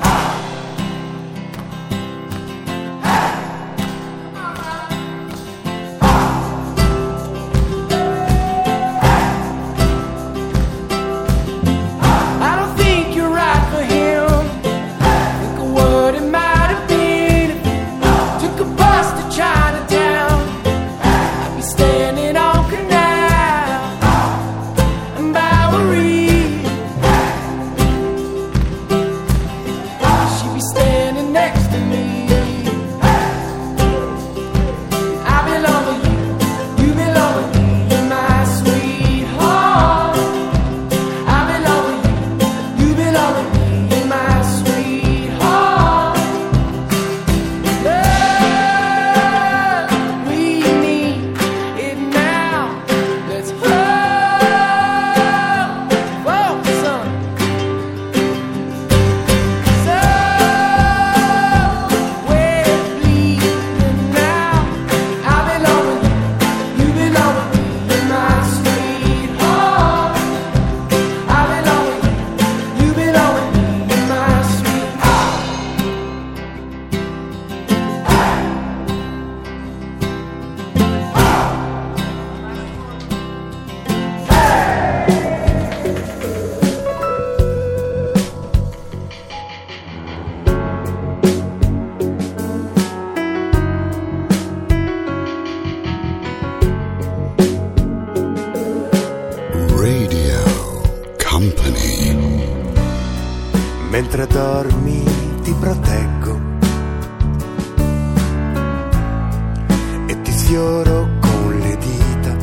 Mentre dormi ti proteggo e ti sfioro con le dita,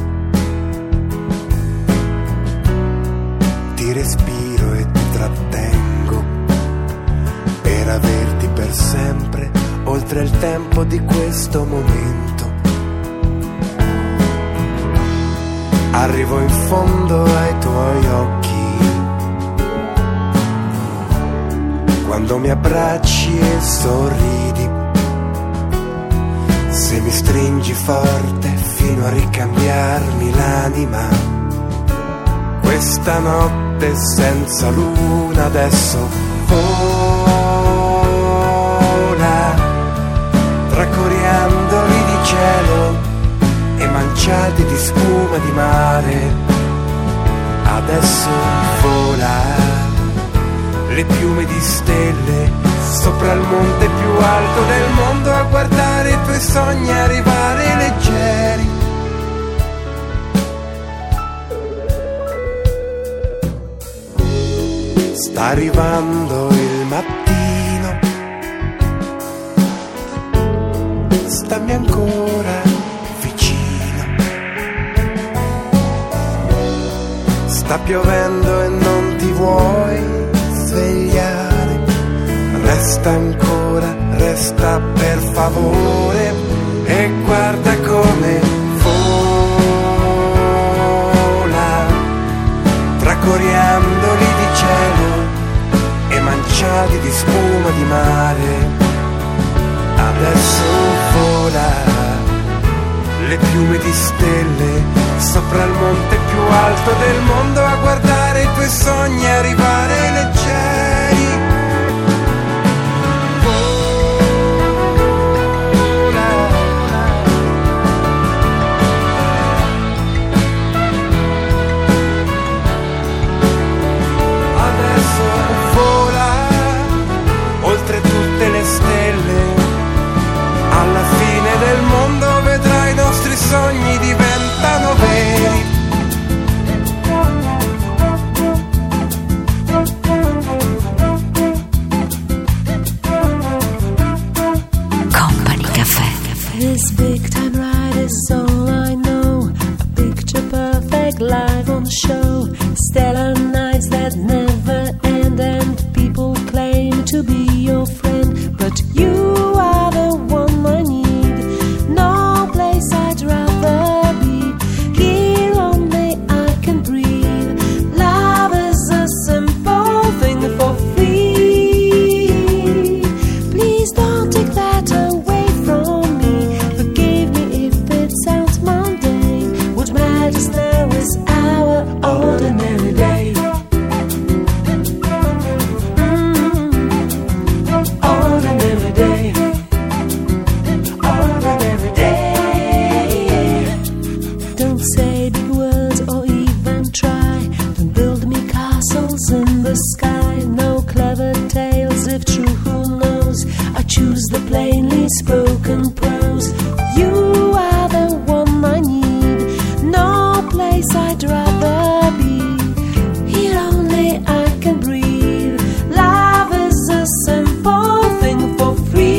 ti respiro e ti trattengo per averti per sempre oltre il tempo di questo momento. Arrivo in fondo ai tuoi occhi quando mi abbracci e sorridi, se mi stringi forte fino a ricambiarmi l'anima. Questa notte senza luna adesso vola tra coriandoli di cielo e manciati di spuma di mare. Adesso vola le piume di stelle sopra il monte più alto del mondo, a guardare i tuoi sogni arrivare leggeri sta arrivando il mattino, stammi ancora vicino, sta piovendo e non ti vuoi svegliare, resta ancora, resta per favore e guarda come vola tra coriandoli di cielo e manciati di spuma di mare. Adesso vola le piume di stelle sopra il monte più alto del mondo a guardare i tuoi sogni arrivare leggeri. Adesso vola oltre tutte le stelle, alla fine del mondo vedrai i nostri sogni diventano veri. Company Cafè. This big time ride is all I know. A picture perfect live on the show. Stellar nights that never end, and people claim to be your friend, but you are the one I need. No place I'd rather be. Here only I can breathe. Love is a simple thing for free. Please don't take that away from me. Forgive me if it sounds mundane. What matters now is our ordinary day. Ordinary day. Ordinary day. Don't say big words or even try. Don't build me castles in the sky. No clever tales, if true, who knows? I choose the plainly spoken prose. You are the one I need. No place I'd rather be. Here only I can breathe. Love is a simple thing for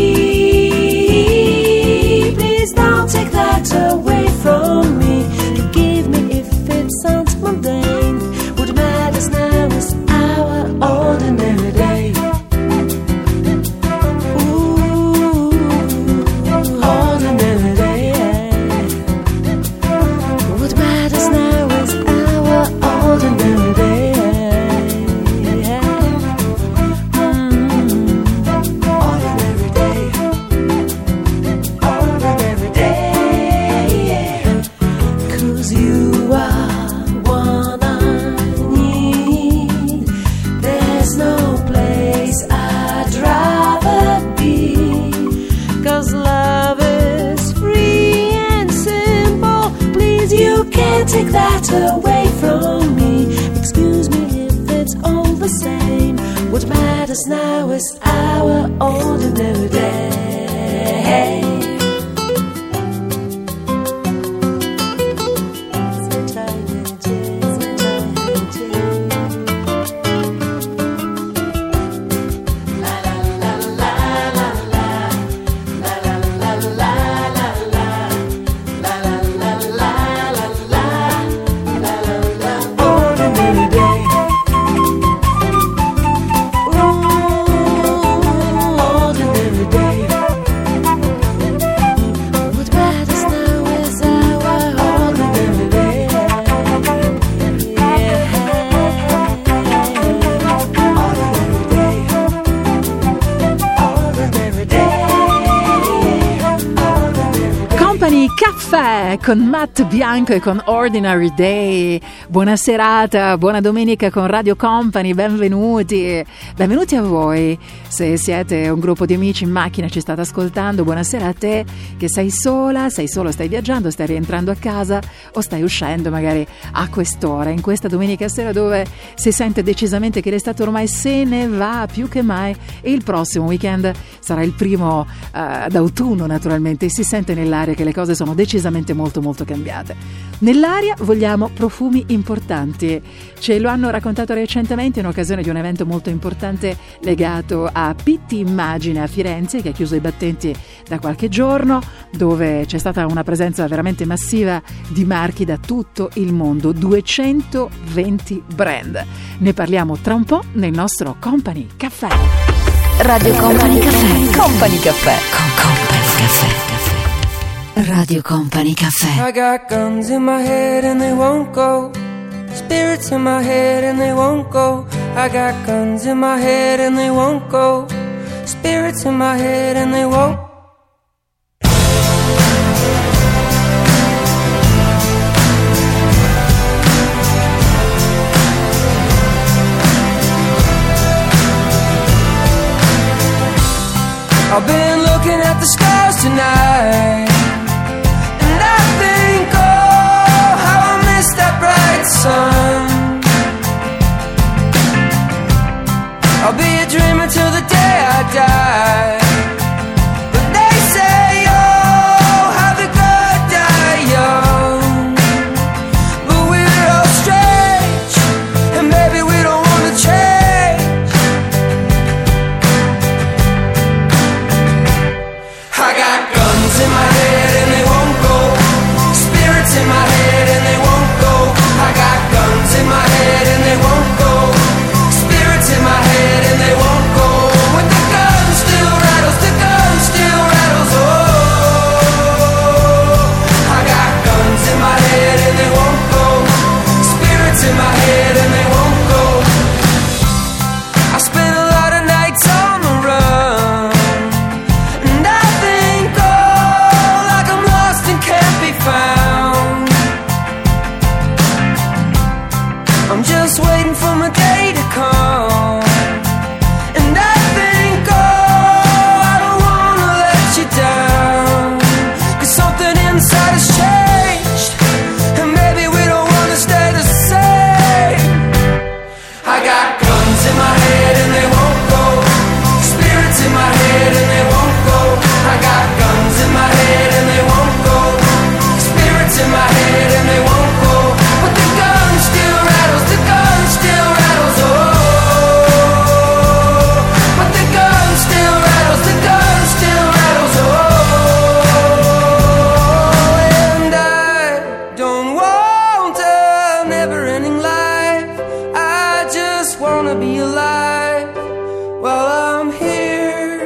free. Please don't take that away from me. Forgive me if it sounds mundane. What matters now is our ordinary day. Ooh, ordinary day. What matters now is our ordinary day. Ordinary day. Ordinary day. 'Cause you are one I need. There's no place I'd rather be. 'Cause love is free and simple. Please, you can't take that away from me. Excuse me if it's all the same. What matters now is our ordinary day. Ordinary day. Ordinary day. What matters now is our ordinary day. Ordinary day. Ordinary day. Company Caffè con Matt Bianco e con Ordinary Day. Buona serata, buona domenica con Radio Company, benvenuti. Benvenuti a voi. Se siete un gruppo di amici in macchina, ci state ascoltando, buonasera a te che sei sola, sei solo, stai viaggiando, stai rientrando a casa o stai uscendo magari a quest'ora, in questa domenica sera dove si sente decisamente che l'estate ormai se ne va più che mai e il prossimo weekend sarà il primo d'autunno naturalmente e si sente nell'aria che le cose sono decisamente decisamente molto molto cambiate. Nell'aria vogliamo profumi importanti, ce lo hanno raccontato recentemente in occasione di un evento molto importante legato a Pitti Immagine a Firenze, che ha chiuso i battenti da qualche giorno, dove c'è stata una presenza veramente massiva di marchi da tutto il mondo, 220 brand. Ne parliamo tra un po' nel nostro Company Caffè. Radio Company Caffè. Company Caffè. Company Caffè. Radio Company Caffè. I got guns in my head and they won't go. Spirits in my head and they won't go. I got guns in my head and they won't go. Spirits in my head and they won't. I've been looking at the stars tonight, and I think, oh, how I miss that bright sun. I'll be a dreamer till the day I die. But they say, oh, have a good die young. But we're all strange, and maybe we don't want to change. I got guns in my head and they won't go. Spirits in my head and they won't go. I got guns in my head and they won't go. Spirits in my head and they won't go. But the gun still rattles, the gun still rattles. Oh, I got guns in my head and they won't go. Spirits in my head and they won't go. I spent a lot of nights on the run, and I think, oh, like I'm lost and can't be found. I'm just waiting for my day to come, and I think, oh, I don't wanna let you down, 'cause something inside has changed, and maybe we don't wanna stay the same. I got guns in my head and they won't go. Spirits in my head and they won't go. I got guns in my head and they won't go. Spirits in my head and they won't go. But the gun still rattles, the gun still rattles. Oh, but the gun still rattles, the gun still rattles. Oh, and I don't want a never-ending life. I just wanna be alive while I'm here.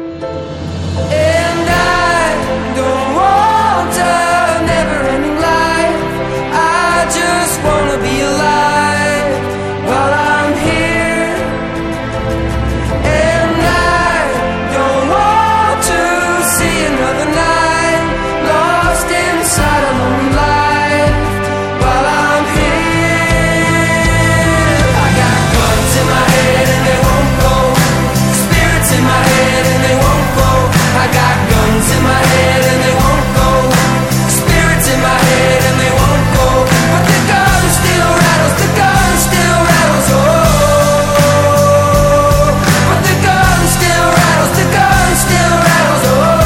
And I don't want a never-ending life. I just wanna be alive while I'm here. And I don't want to see another night lost inside a lonely life while I'm here. I got guns in my head and they won't go. Spirits in my head and they won't go. I got guns in my head and they won't go. Spirits in my head and they won't go. But the gun still rattles, the gun still rattles. Oh, but the gun still rattles, the gun still rattles.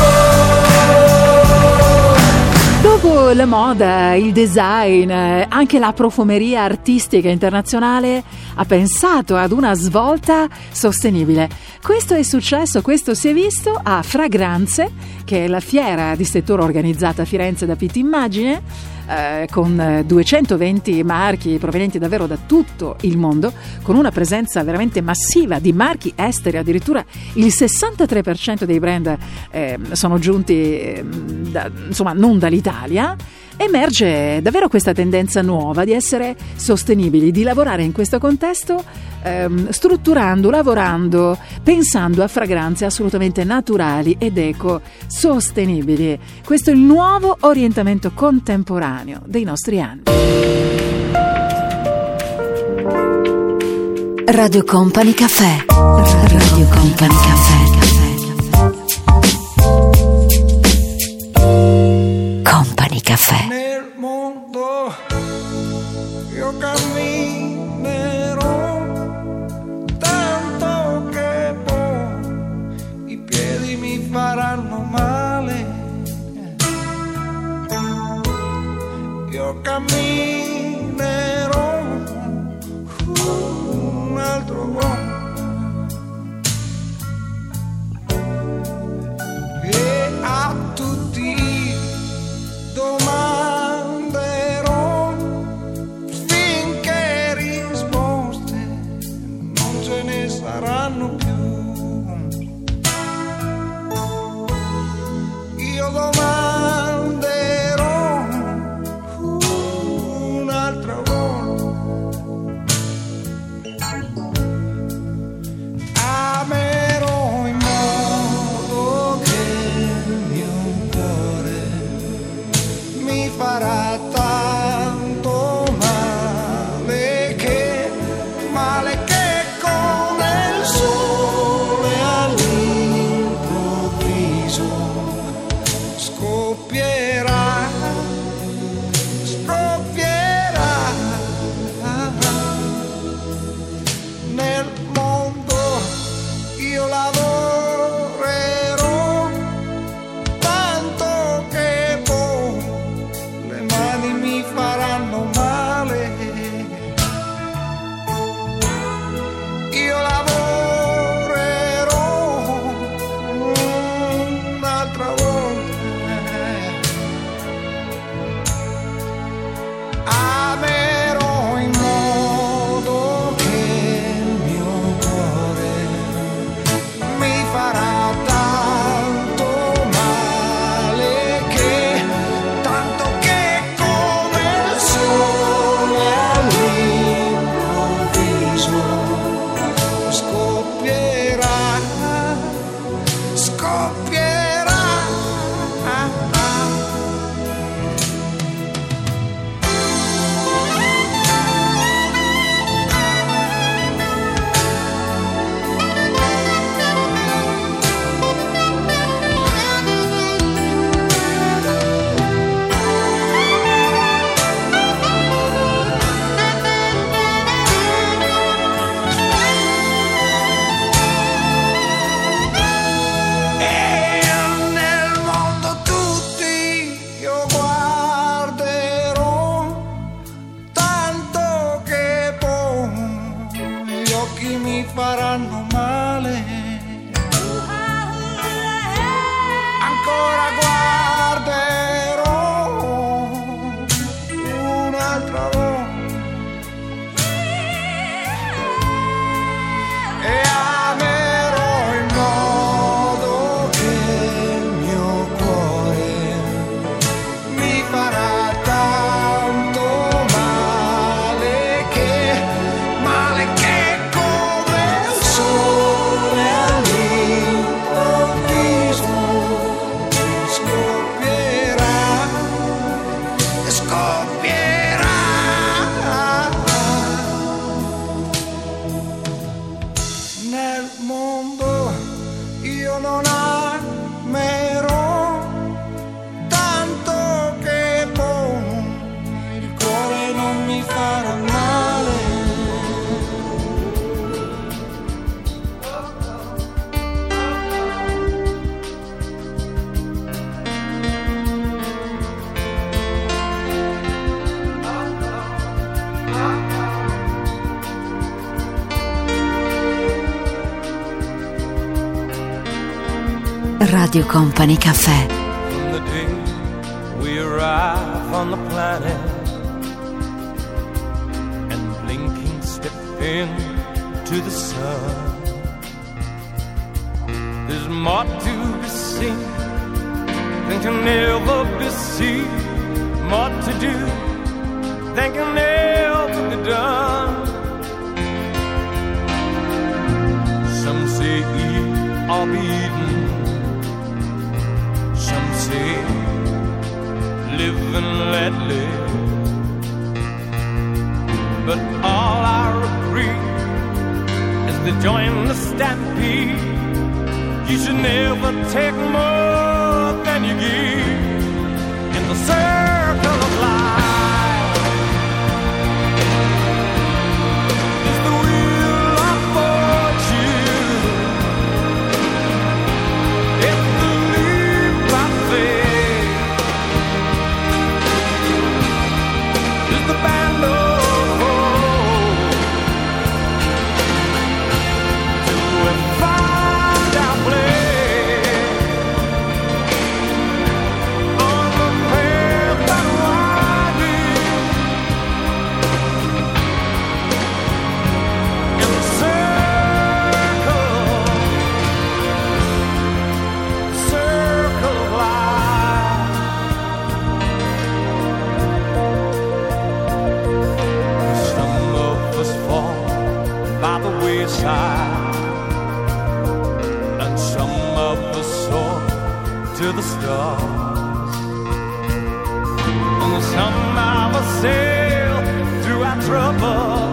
Oh. Dopo la moda, il design, anche la profumeria artistica internazionale ha pensato ad una svolta sostenibile. Questo è successo, questo si è visto a Fragranze, che è la fiera di settore organizzata a Firenze da Pitti Immagine, con 220 marchi provenienti davvero da tutto il mondo, con una presenza veramente massiva di marchi esteri. Addirittura il 63% dei brand sono giunti non dall'Italia. Emerge davvero questa tendenza nuova di essere sostenibili, di lavorare in questo contesto, strutturando, lavorando, pensando a fragranze assolutamente naturali ed eco-sostenibili. Questo è il nuovo orientamento contemporaneo dei nostri anni. Radio Company Caffè. Radio Company Caffè. Company Caffè. Nel mondo io camminerò tanto che poi i piedi mi faranno male. io camminerò un altro uomo e a tutti domanderò finché risposte non ce ne saranno più. Io domanderò un'altra volta, amerò in modo che il mio cuore mi farà tanto male che come il sole all'improvviso scoppierà nel mondo. Io lavorerò tanto che poi le mani mi faranno male. Io lavorerò un'altra volta, amerò in modo che il mio cuore mi farà tanto male che tanto che come il sole all'improvviso scoppierà. Nel mondo tutti io guarderò tanto che poi gli occhi mi faranno male. Ancora guarderò un'altra volta e amerò in modo che il mio cuore mi farà tanto male che come il sole all'improvviso scoppierà nel mondo. Io non amerò tanto che poi il cuore non mi farà male. Radio Company Café. From the day we arrive on the planet and blinking step into the sun, there's more to be seen than can ever be seen, more to do than can ever be done. Some say eat or be eaten, some say live and let live, but all I agree is to join the stampede. You should never take more than you give in the circle of life. It's the wheel of fortune, it's the leap of faith. to the stars, and somehow we'll sail through our trouble.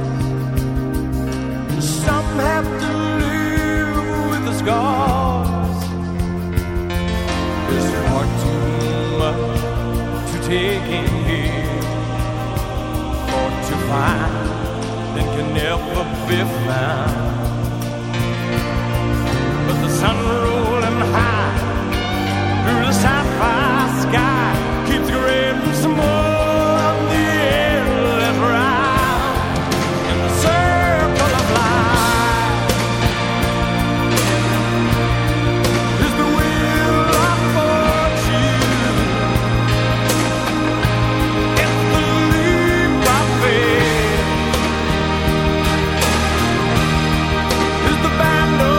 Some have to live with the scars. There's far too much to take in here, or to find that can never be found. But the sun rolling high through the sapphire sky keeps grading some more of the endless ride in the circle of life. Is the wheel of fortune, it's the leap of faith, is the band of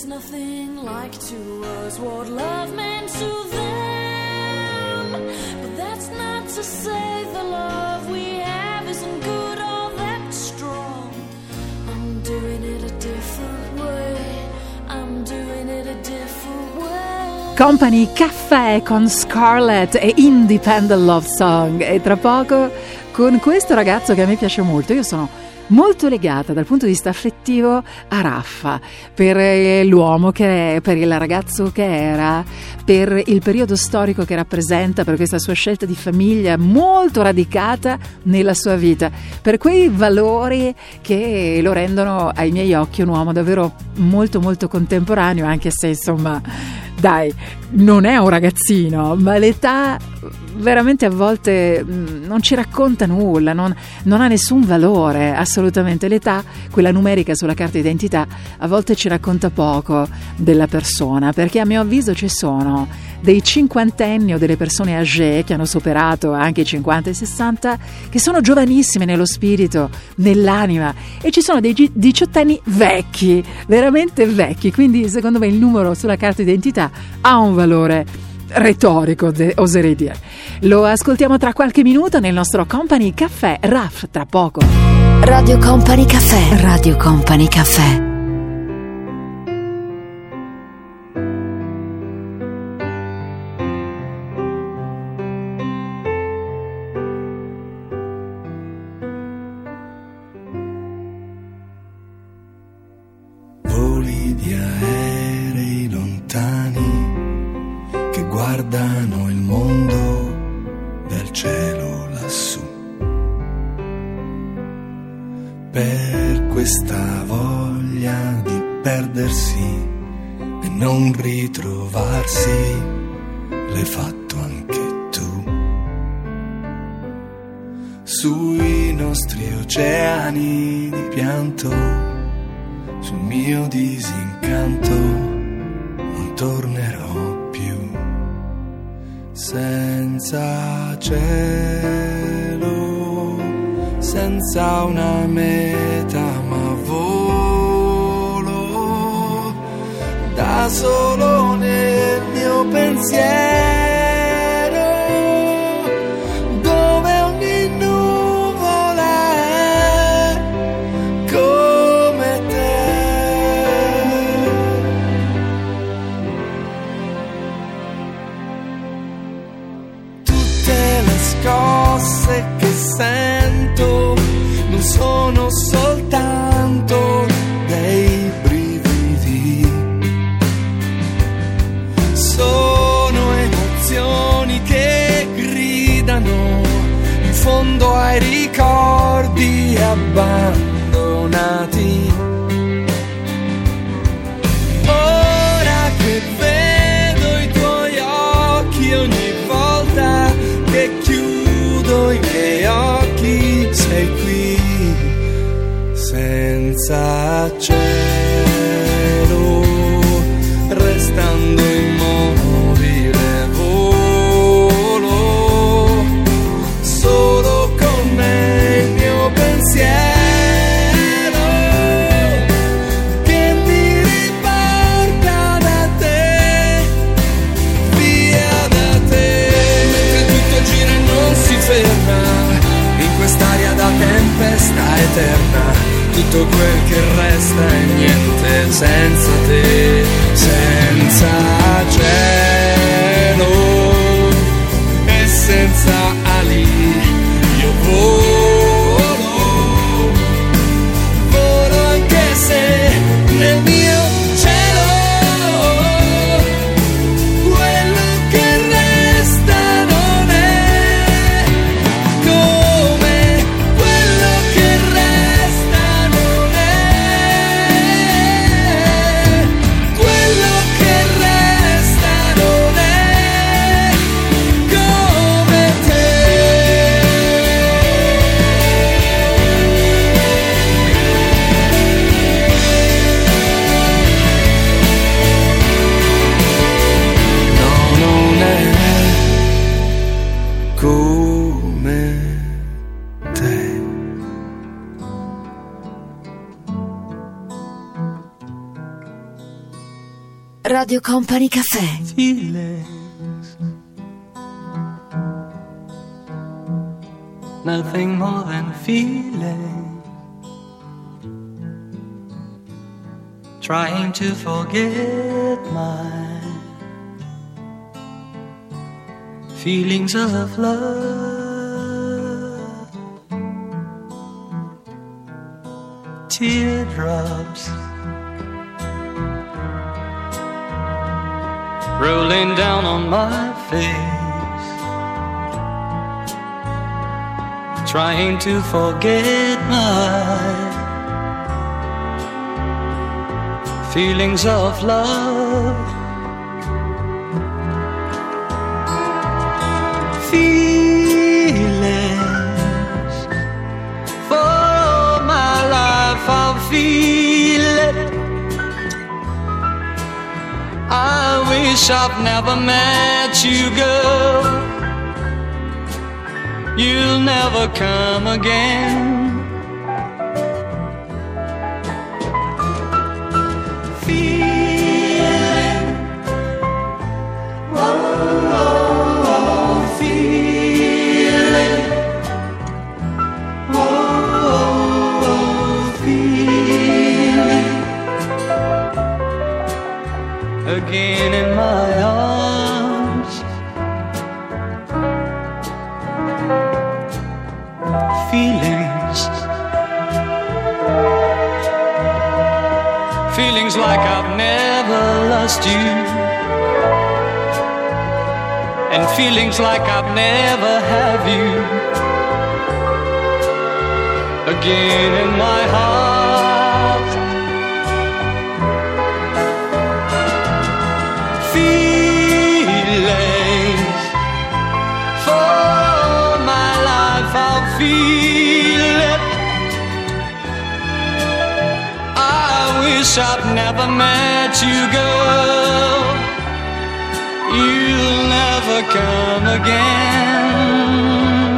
It's nothing like to us what love meant to them. But that's not to say the love we have isn't good or that strong. I'm doing it a different way. I'm doing it a different way. Company Caffè con Scarlett e Independent Love Song. E tra poco con questo ragazzo che a me piace molto. Io sono molto legata dal punto di vista affettivo a Raffa, per l'uomo che è, per il ragazzo che era, per il periodo storico che rappresenta, per questa sua scelta di famiglia molto radicata nella sua vita, per quei valori che lo rendono ai miei occhi un uomo davvero molto molto contemporaneo, anche se insomma dai, non è un ragazzino, ma l'età veramente a volte non ci racconta nulla, non ha nessun valore, assolutamente. L'età, quella numerica sulla carta d'identità, a volte ci racconta poco della persona, perché a mio avviso ci sono dei cinquantenni o delle persone âgée che hanno superato anche i 50 e 60, che sono giovanissime nello spirito, nell'anima, e ci sono dei diciottenni vecchi, veramente vecchi, quindi secondo me il numero sulla carta d'identità ha un valore retorico, oserei dire. Lo ascoltiamo tra qualche minuto nel nostro Company Caffè. Raff tra poco. Radio Company Caffè. Radio Company Caffè. Voli di aerei lontani che guardano il mondo dal cielo lassù. Per questa voglia di perdersi e non ritrovarsi, l'hai fatto anche tu. Sui nostri oceani di pianto, sul mio disincanto, non tornerò più. Senza cielo, senza una meta, ma volo da solo nel mio pensiero, dove ogni nuvola è come te. Tutte le scosse che sento non sono soltanto dei brividi, sono emozioni che gridano in fondo ai ricordi abbandonati. Ora che vedo i tuoi occhi, ogni volta che chiudo i miei occhi, sei qui, senza cielo, restando immobile, volo solo con me, il mio pensiero che mi riporta da te, via da te, mentre tutto gira e non si ferma, in quest'aria da tempesta eterna. Tutto quel che resta è niente senza te, senza cielo e senza ali. Io volo anche se nel mio cielo quello che resta non è come quello che resta non è. Radio Company Caffè. Feelings, nothing more than feeling. Trying to forget my feelings of love. Teardrops rolling down on my face, trying to forget my feelings of love. Feelings, for all my life I'll feel it. I wish I've never met you, girl. You'll never come again. Feeling, oh, oh, oh, feeling, oh, oh, oh, feeling. Again in my arms, feelings, feelings like I've never lost you, and feelings like I've never had you. Again in my heart, feelings, for all my life I'll feel it. I wish I'd never met you, girl. You'll never come again.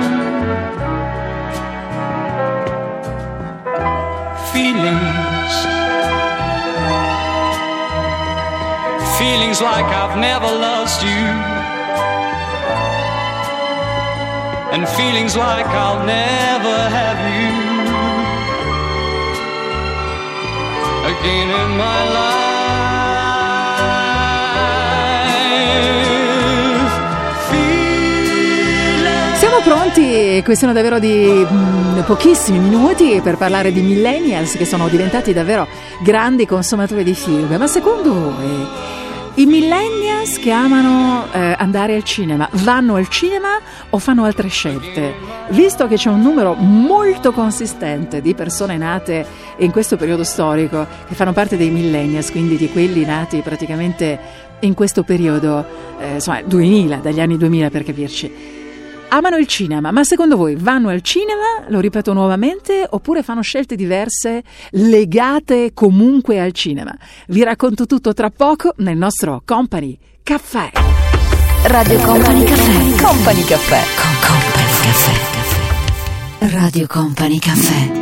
Feelings, feelings like I've never lost you, and feelings like I'll never have you again in my life. Siamo pronti, questione davvero di pochissimi minuti per parlare di millennials che sono diventati davvero grandi consumatori di film. Ma secondo voi i millennials che amano andare al cinema vanno al cinema o fanno altre scelte? Visto che c'è un numero molto consistente di persone nate in questo periodo storico che fanno parte dei millennials, quindi di quelli nati praticamente in questo periodo, insomma 2000, dagli anni 2000 per capirci, amano il cinema, ma secondo voi vanno al cinema, lo ripeto nuovamente, oppure fanno scelte diverse legate comunque al cinema? Vi racconto tutto tra poco nel nostro Company Caffè. Radio Company Caffè. Company Caffè. Company Caffè. Radio Company Caffè.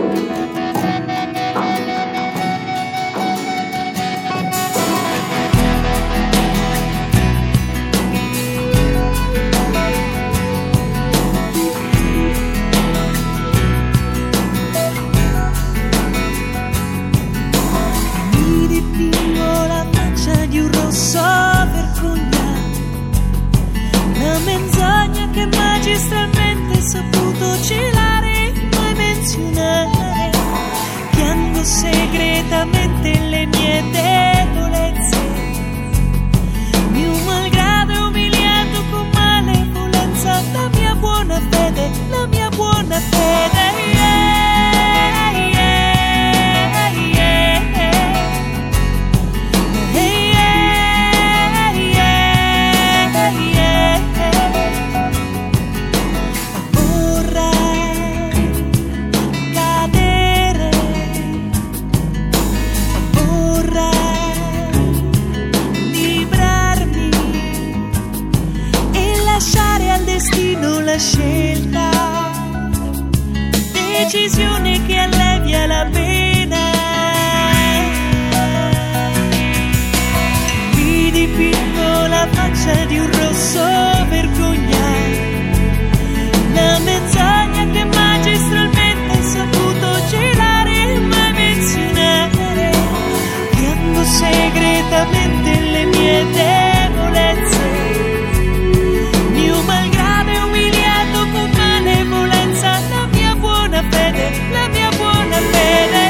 Magistralmente saputo celare, mai menzionare, piango segretamente le mie debolezze, mio malgrado è umiliato con malevolenza, la mia buona fede, la mia buona fede. segretamente le mie debolezze. Mio malgrado è umiliato con malevolenza, la mia buona fede, la mia buona fede.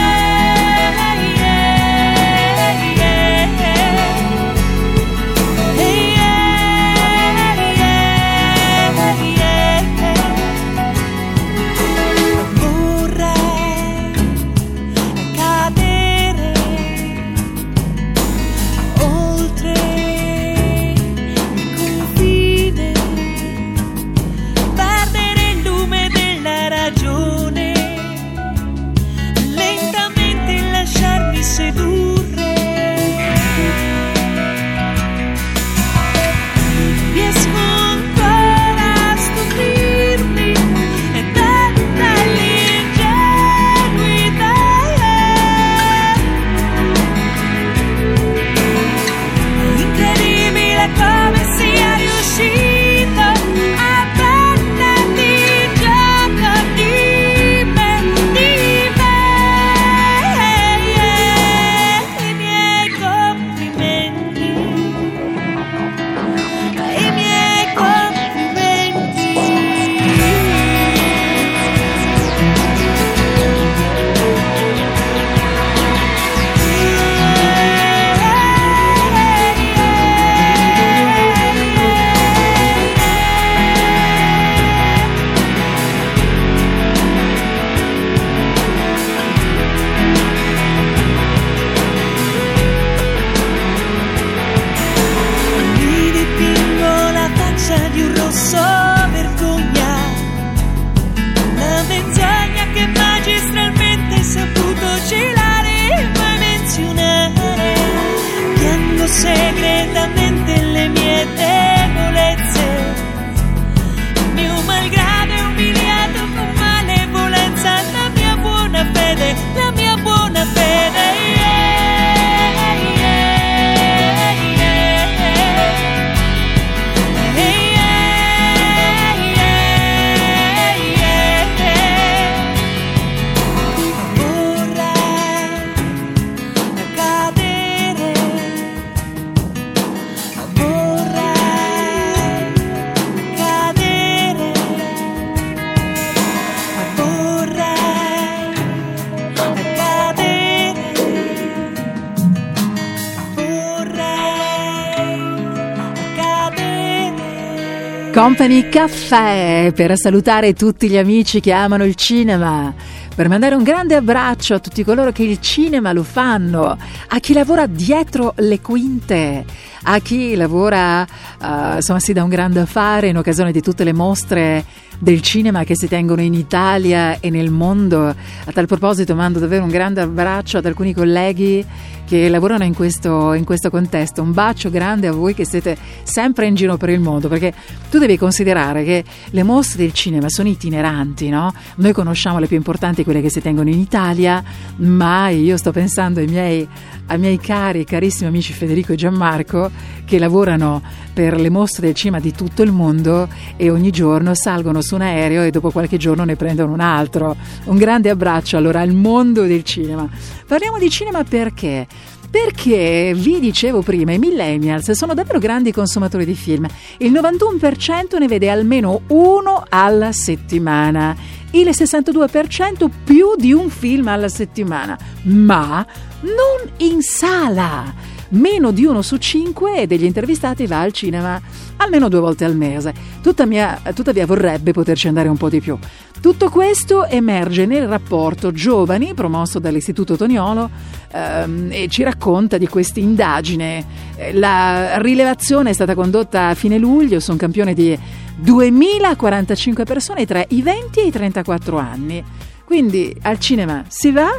Segretamente le mie debolezze, mio malgrado è umiliato con malevolenza, la mia buona fede, la mia buona fede. Company Caffè per salutare tutti gli amici che amano il cinema, per mandare un grande abbraccio a tutti coloro che il cinema lo fanno, a chi lavora dietro le quinte, a chi lavora insomma si dà un grande affare in occasione di tutte le mostre del cinema che si tengono in Italia e nel mondo. A tal proposito mando davvero un grande abbraccio ad alcuni colleghi che lavorano in questo contesto. Un bacio grande a voi che siete sempre in giro per il mondo, perché tu devi considerare che le mostre del cinema sono itineranti, no? Noi conosciamo le più importanti, quelle che si tengono in Italia, ma io sto pensando ai miei carissimi amici Federico e Gianmarco, che lavorano per le mostre del cinema di tutto il mondo e ogni giorno salgono su un aereo e dopo qualche giorno ne prendono un altro. Un grande abbraccio allora al mondo del cinema. Parliamo di cinema perché vi dicevo prima, i millennials sono davvero grandi consumatori di film. Il 91% ne vede almeno uno alla settimana, il 62% più di un film alla settimana, ma non in sala. Meno di 1 su 5 degli intervistati va al cinema almeno 2 volte al mese. Tuttavia vorrebbe poterci andare un po' di più. Tutto questo emerge nel rapporto Giovani promosso dall'Istituto Toniolo e ci racconta di questa indagine. La rilevazione è stata condotta a fine luglio su un campione di 2045 persone tra i 20 e i 34 anni. Quindi al cinema si va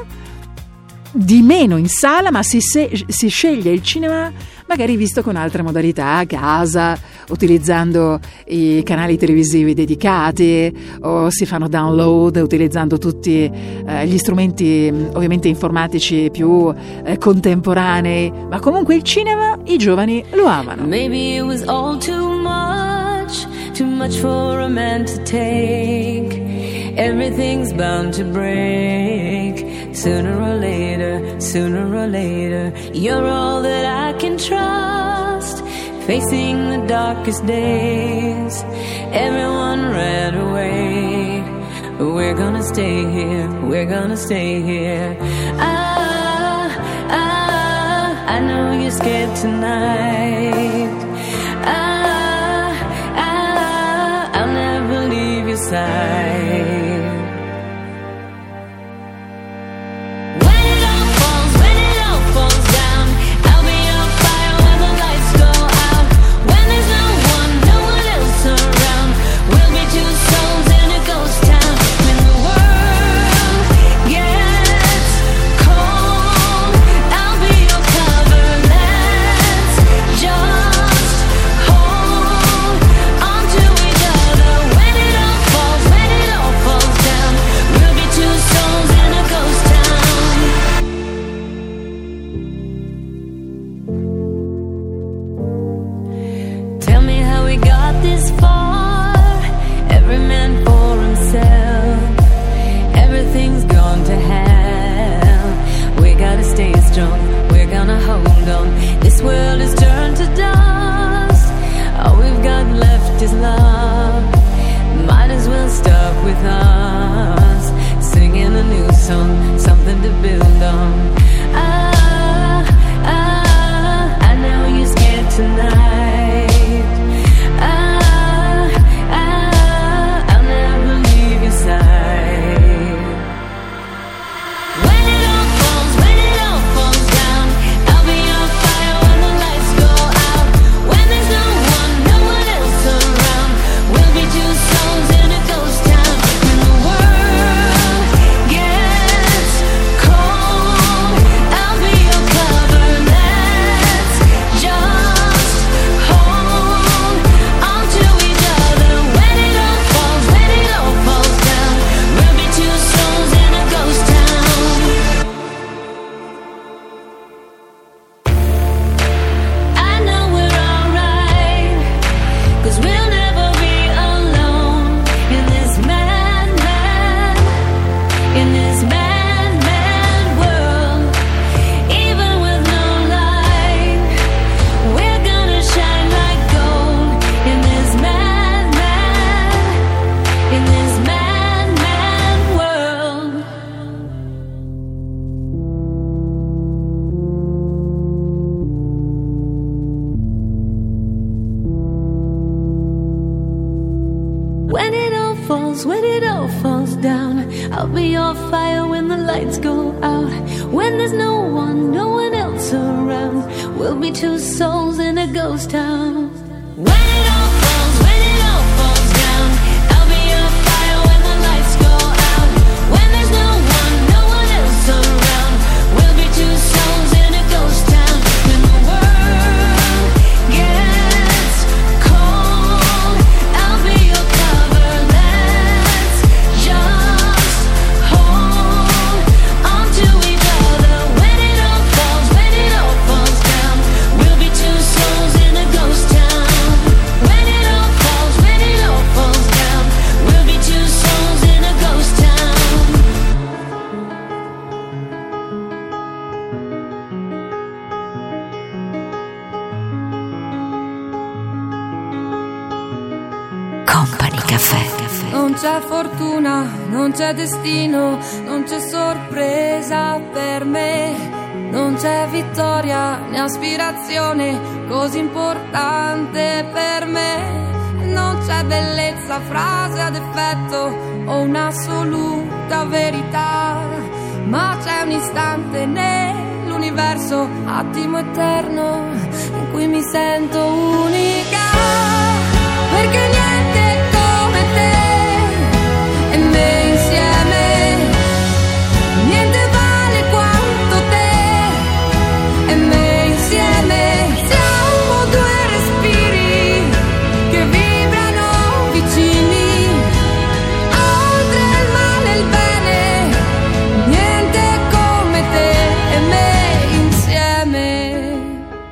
di meno in sala, ma si sceglie il cinema magari visto con altre modalità, a casa, utilizzando i canali televisivi dedicati, o si fanno download utilizzando tutti gli strumenti ovviamente informatici più contemporanei, ma comunque il cinema i giovani lo amano. Maybe it was all too much for a man to take. Everything's bound to break. sooner or later, you're all that I can trust. Facing the darkest days, everyone ran away. We're gonna stay here, we're gonna stay here. I know you're scared tonight. I'll never leave your side. This world is turned to dust. All we've got left is love. Might as well start with us, singing a new song, something to build on. I know you're scared tonight. I'll never leave your side. When it all falls down, I'll be your fire when the lights go out. When there's no one else around, we'll be two souls in a ghost town. When the world gets cold, I'll be your cover. Let's just hold on to each other. When it all falls down, we'll be two souls in a ghost town. I know we're alright, 'cause we'll never be alone in this madman world. Even with no light, we're gonna shine like gold in this madman world. When it all falls down, I'll be your fire when the lights go out. When there's no one else around, we'll be two souls in a ghost town. When it all falls down, I'll be your fire when the lights go out. When there's no one else around, we'll be two souls in a ghost town. When the world gets cold, I'll be your cover. Let's just hold on to each other. When it all falls down, we'll be two souls in a ghost town. When it all falls down, we'll be two souls in a ghost town. Company Cafè. Non c'è fortuna, non c'è destino, non c'è sorpresa per me. Non c'è vittoria né aspirazione così importante per me. Non c'è bellezza, frase ad effetto o un'assoluta verità, ma c'è un istante nell'universo, attimo eterno, in cui mi sento unica. Perché niente come te e me insieme, niente vale quanto te e me insieme. Siamo due respiri che vibrano vicini, oltre il male e il bene, niente come te e me insieme.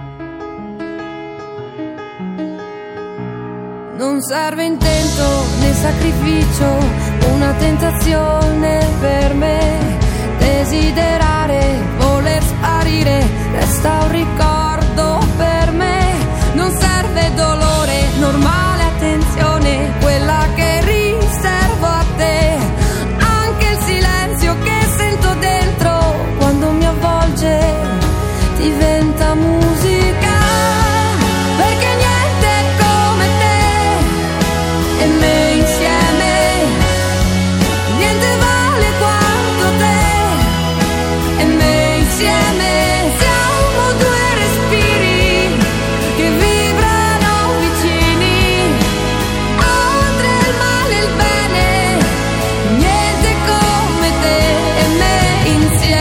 Non serve intento né sacrificio, una tentazione per me. desiderare, voler sparire, resta un ricordo per me. Non serve dolore, normale attenzione, quella che riservo a te. Anche il silenzio che sento dentro quando mi avvolge diventa musica, perché niente è come te e me insieme, niente vale quanto te e me insieme. Siamo due respiri che vibrano vicini, oltre il male e il bene, niente come te e me insieme.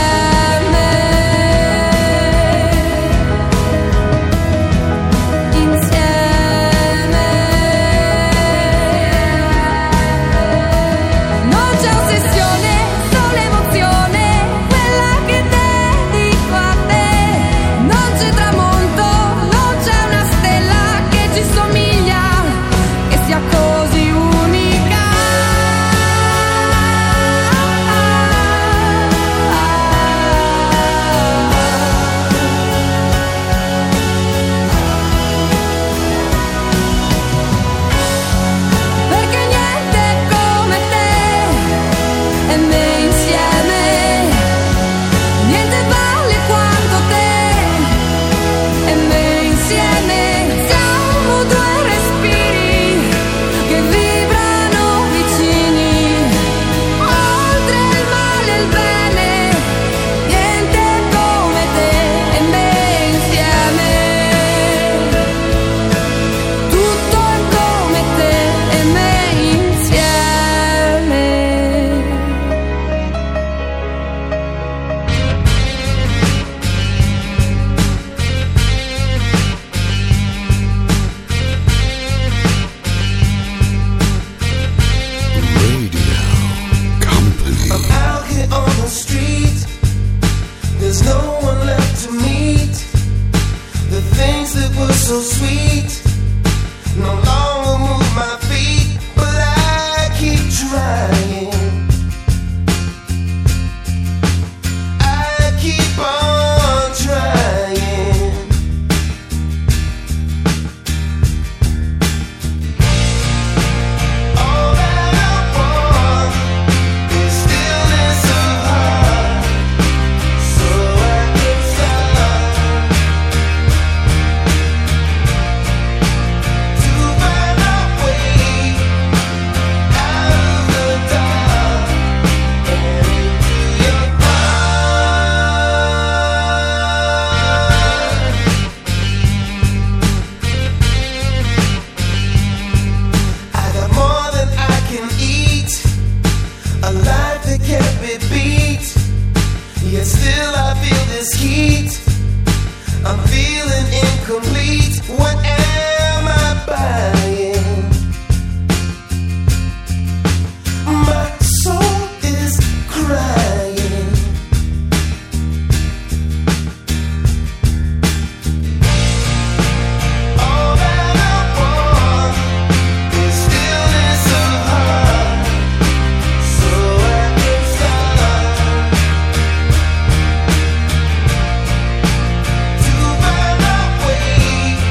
Non c'è ossessione, solo emozione, quella che dedico a te. Non c'è tramonto, non c'è una stella che ci somiglia, che sia così unica. Perché niente è come te e me insieme, niente vale quanto te e me insieme. Siamo due respiri che vibrano vicini, oltre il male e il bene, niente come te e me insieme. Tutto è come te e me insieme. I'm out here on the street. There's no one left to meet. The things that were so sweet no longer move my feet, but I keep trying. I keep on trying. All that I want is stillness of heart, so I can start to find a way out of the dark and into your heart. I got more than I can eat, a life that can't be beat, yet still I feel this heat. I'm feeling incomplete. What am I buying? My soul is crying. All that I want is stillness of heart, so I can start to find a way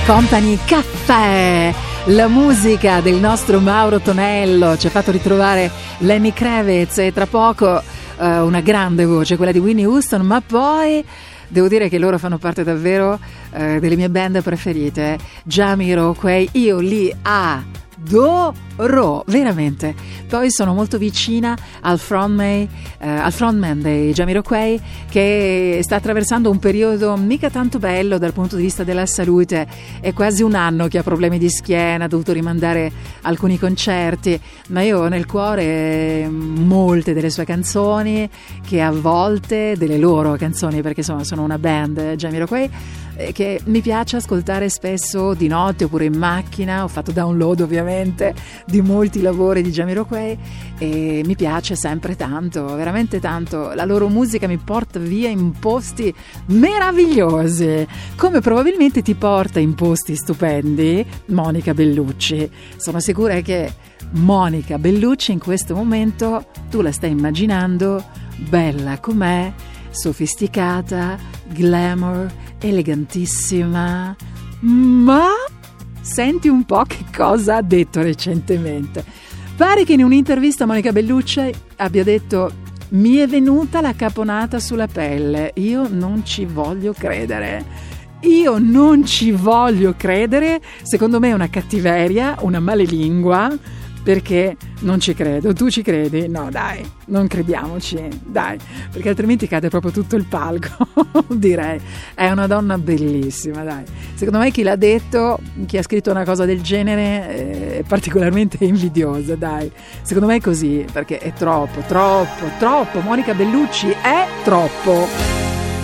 Company Caffè, la musica del nostro Mauro Tonello ci ha fatto ritrovare Lenny Kravitz e tra poco una grande voce, quella di Whitney Houston, ma poi devo dire che loro fanno parte davvero delle mie band preferite. Jamiroquai, io li adoro veramente. Poi sono molto vicina al frontman dei Jamiroquai, che sta attraversando un periodo mica tanto bello dal punto di vista della salute. È quasi un anno che ha problemi di schiena, ha dovuto rimandare alcuni concerti, ma io ho nel cuore molte delle sue canzoni, che a volte delle loro canzoni, perché insomma sono una band, Jamiroquai, che mi piace ascoltare spesso di notte oppure in macchina. Ho fatto download ovviamente di molti lavori di Jamiroquai e mi piace sempre tanto, veramente tanto. La loro musica mi porta via in posti meravigliosi, come probabilmente ti porta in posti stupendi Monica Bellucci. Sono sicura che Monica Bellucci in questo momento tu la stai immaginando bella com'è, sofisticata, glamour, elegantissima, ma senti un po' che cosa ha detto recentemente. Pare che in un'intervista Monica Bellucci abbia detto: mi è venuta la caponata sulla pelle, io non ci voglio credere. Io non ci voglio credere, secondo me è una cattiveria, una malelingua, perché non ci credo. Tu ci credi? No dai, non crediamoci, dai, perché altrimenti cade proprio tutto il palco. Direi, è una donna bellissima, dai. Secondo me chi l'ha detto, chi ha scritto una cosa del genere è particolarmente invidiosa, dai. Secondo me è così, perché è troppo. Monica Bellucci è troppo.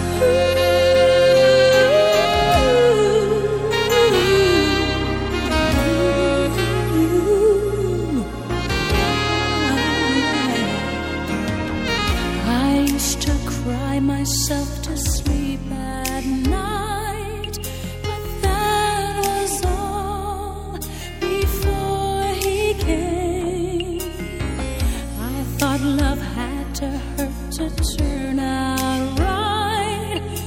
Myself to sleep at night, but that was all before he came. I thought love had to hurt to turn out right.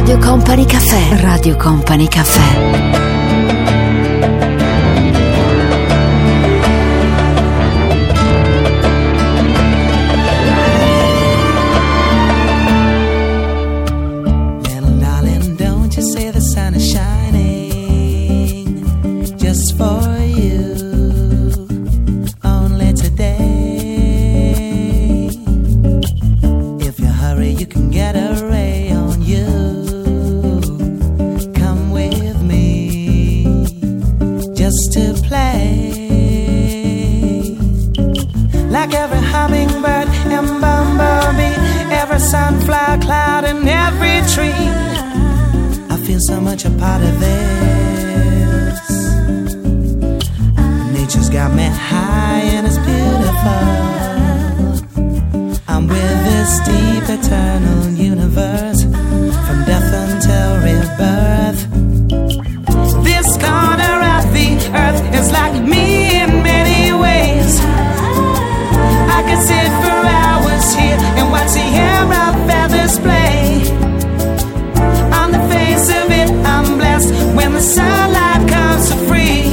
Radio Company Caffè. Radio Company Caffè. For you, only today. If you hurry, you can get a ray on you. Come with me, just to play. Like every hummingbird and bumblebee, every sunflower cloud and every tree, I feel so much a part of this. Nature's got me high and it's beautiful. I'm with this deep eternal universe, from death until rebirth. This corner of the earth is like me in many ways. I could sit for hours here and watch the air of feathers play. On the face of it I'm blessed when the sunlight comes so free.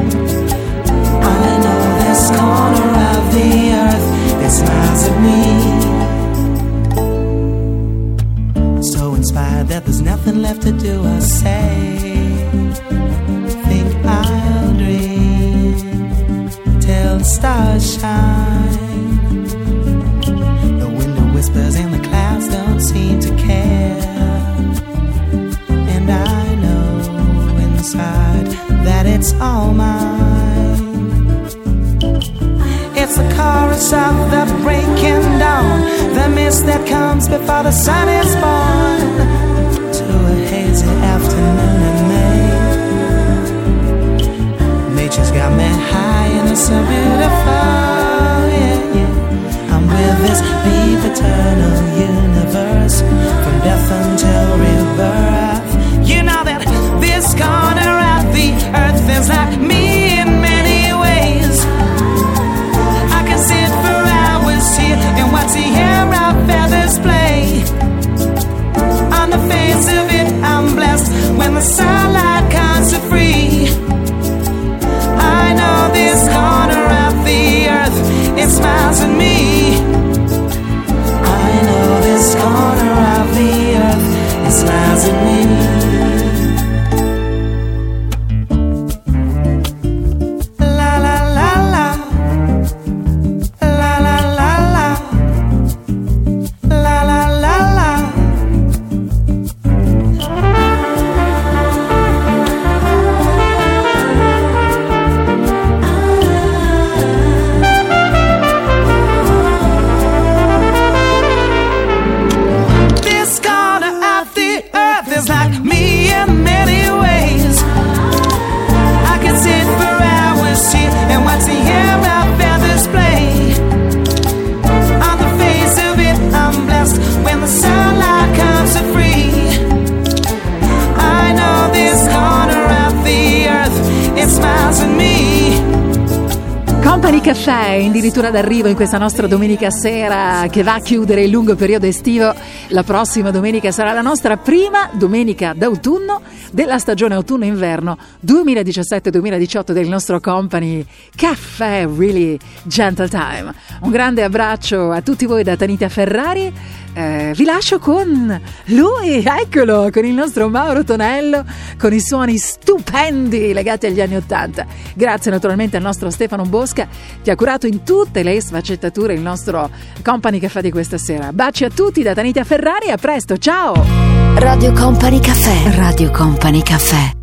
I know this corner of the earth that smiles at me. So inspired that there's nothing left to do or say. Think I'll dream till the stars shine. The wind whispers and the clouds don't seem to care. And I know inside that it's all mine. It's the chorus of the breaking dawn, the mist that comes before the sun is born, to a hazy afternoon in May. Nature's got me high and it's so beautiful, yeah, yeah. I'm with this deep eternal universe, from death until rebirth. You know that this corner of the earth is like me in many ways. Sit for hours here and watch the air of feathers play. On the face of it I'm blessed when the sunlight comes so free. I know this corner of the earth, it smiles at me. I know this corner of the earth, it smiles at me. Caffè addirittura d'arrivo in questa nostra domenica sera che va a chiudere il lungo periodo estivo. La prossima domenica sarà la nostra prima domenica d'autunno della stagione autunno-inverno 2017-2018 del nostro Company Caffè Really Gentle Time. Un grande abbraccio a tutti voi da Tanita Ferrari. Vi lascio con lui, eccolo, con il nostro Mauro Tonello, con i suoni stupendi legati agli anni '80. Grazie naturalmente al nostro Stefano Bosca che ha curato in tutte le sfaccettature il nostro Company Caffè di questa sera. Baci a tutti da Tanita Ferrari, a presto, ciao! Radio Company Caffè. Radio Company Caffè.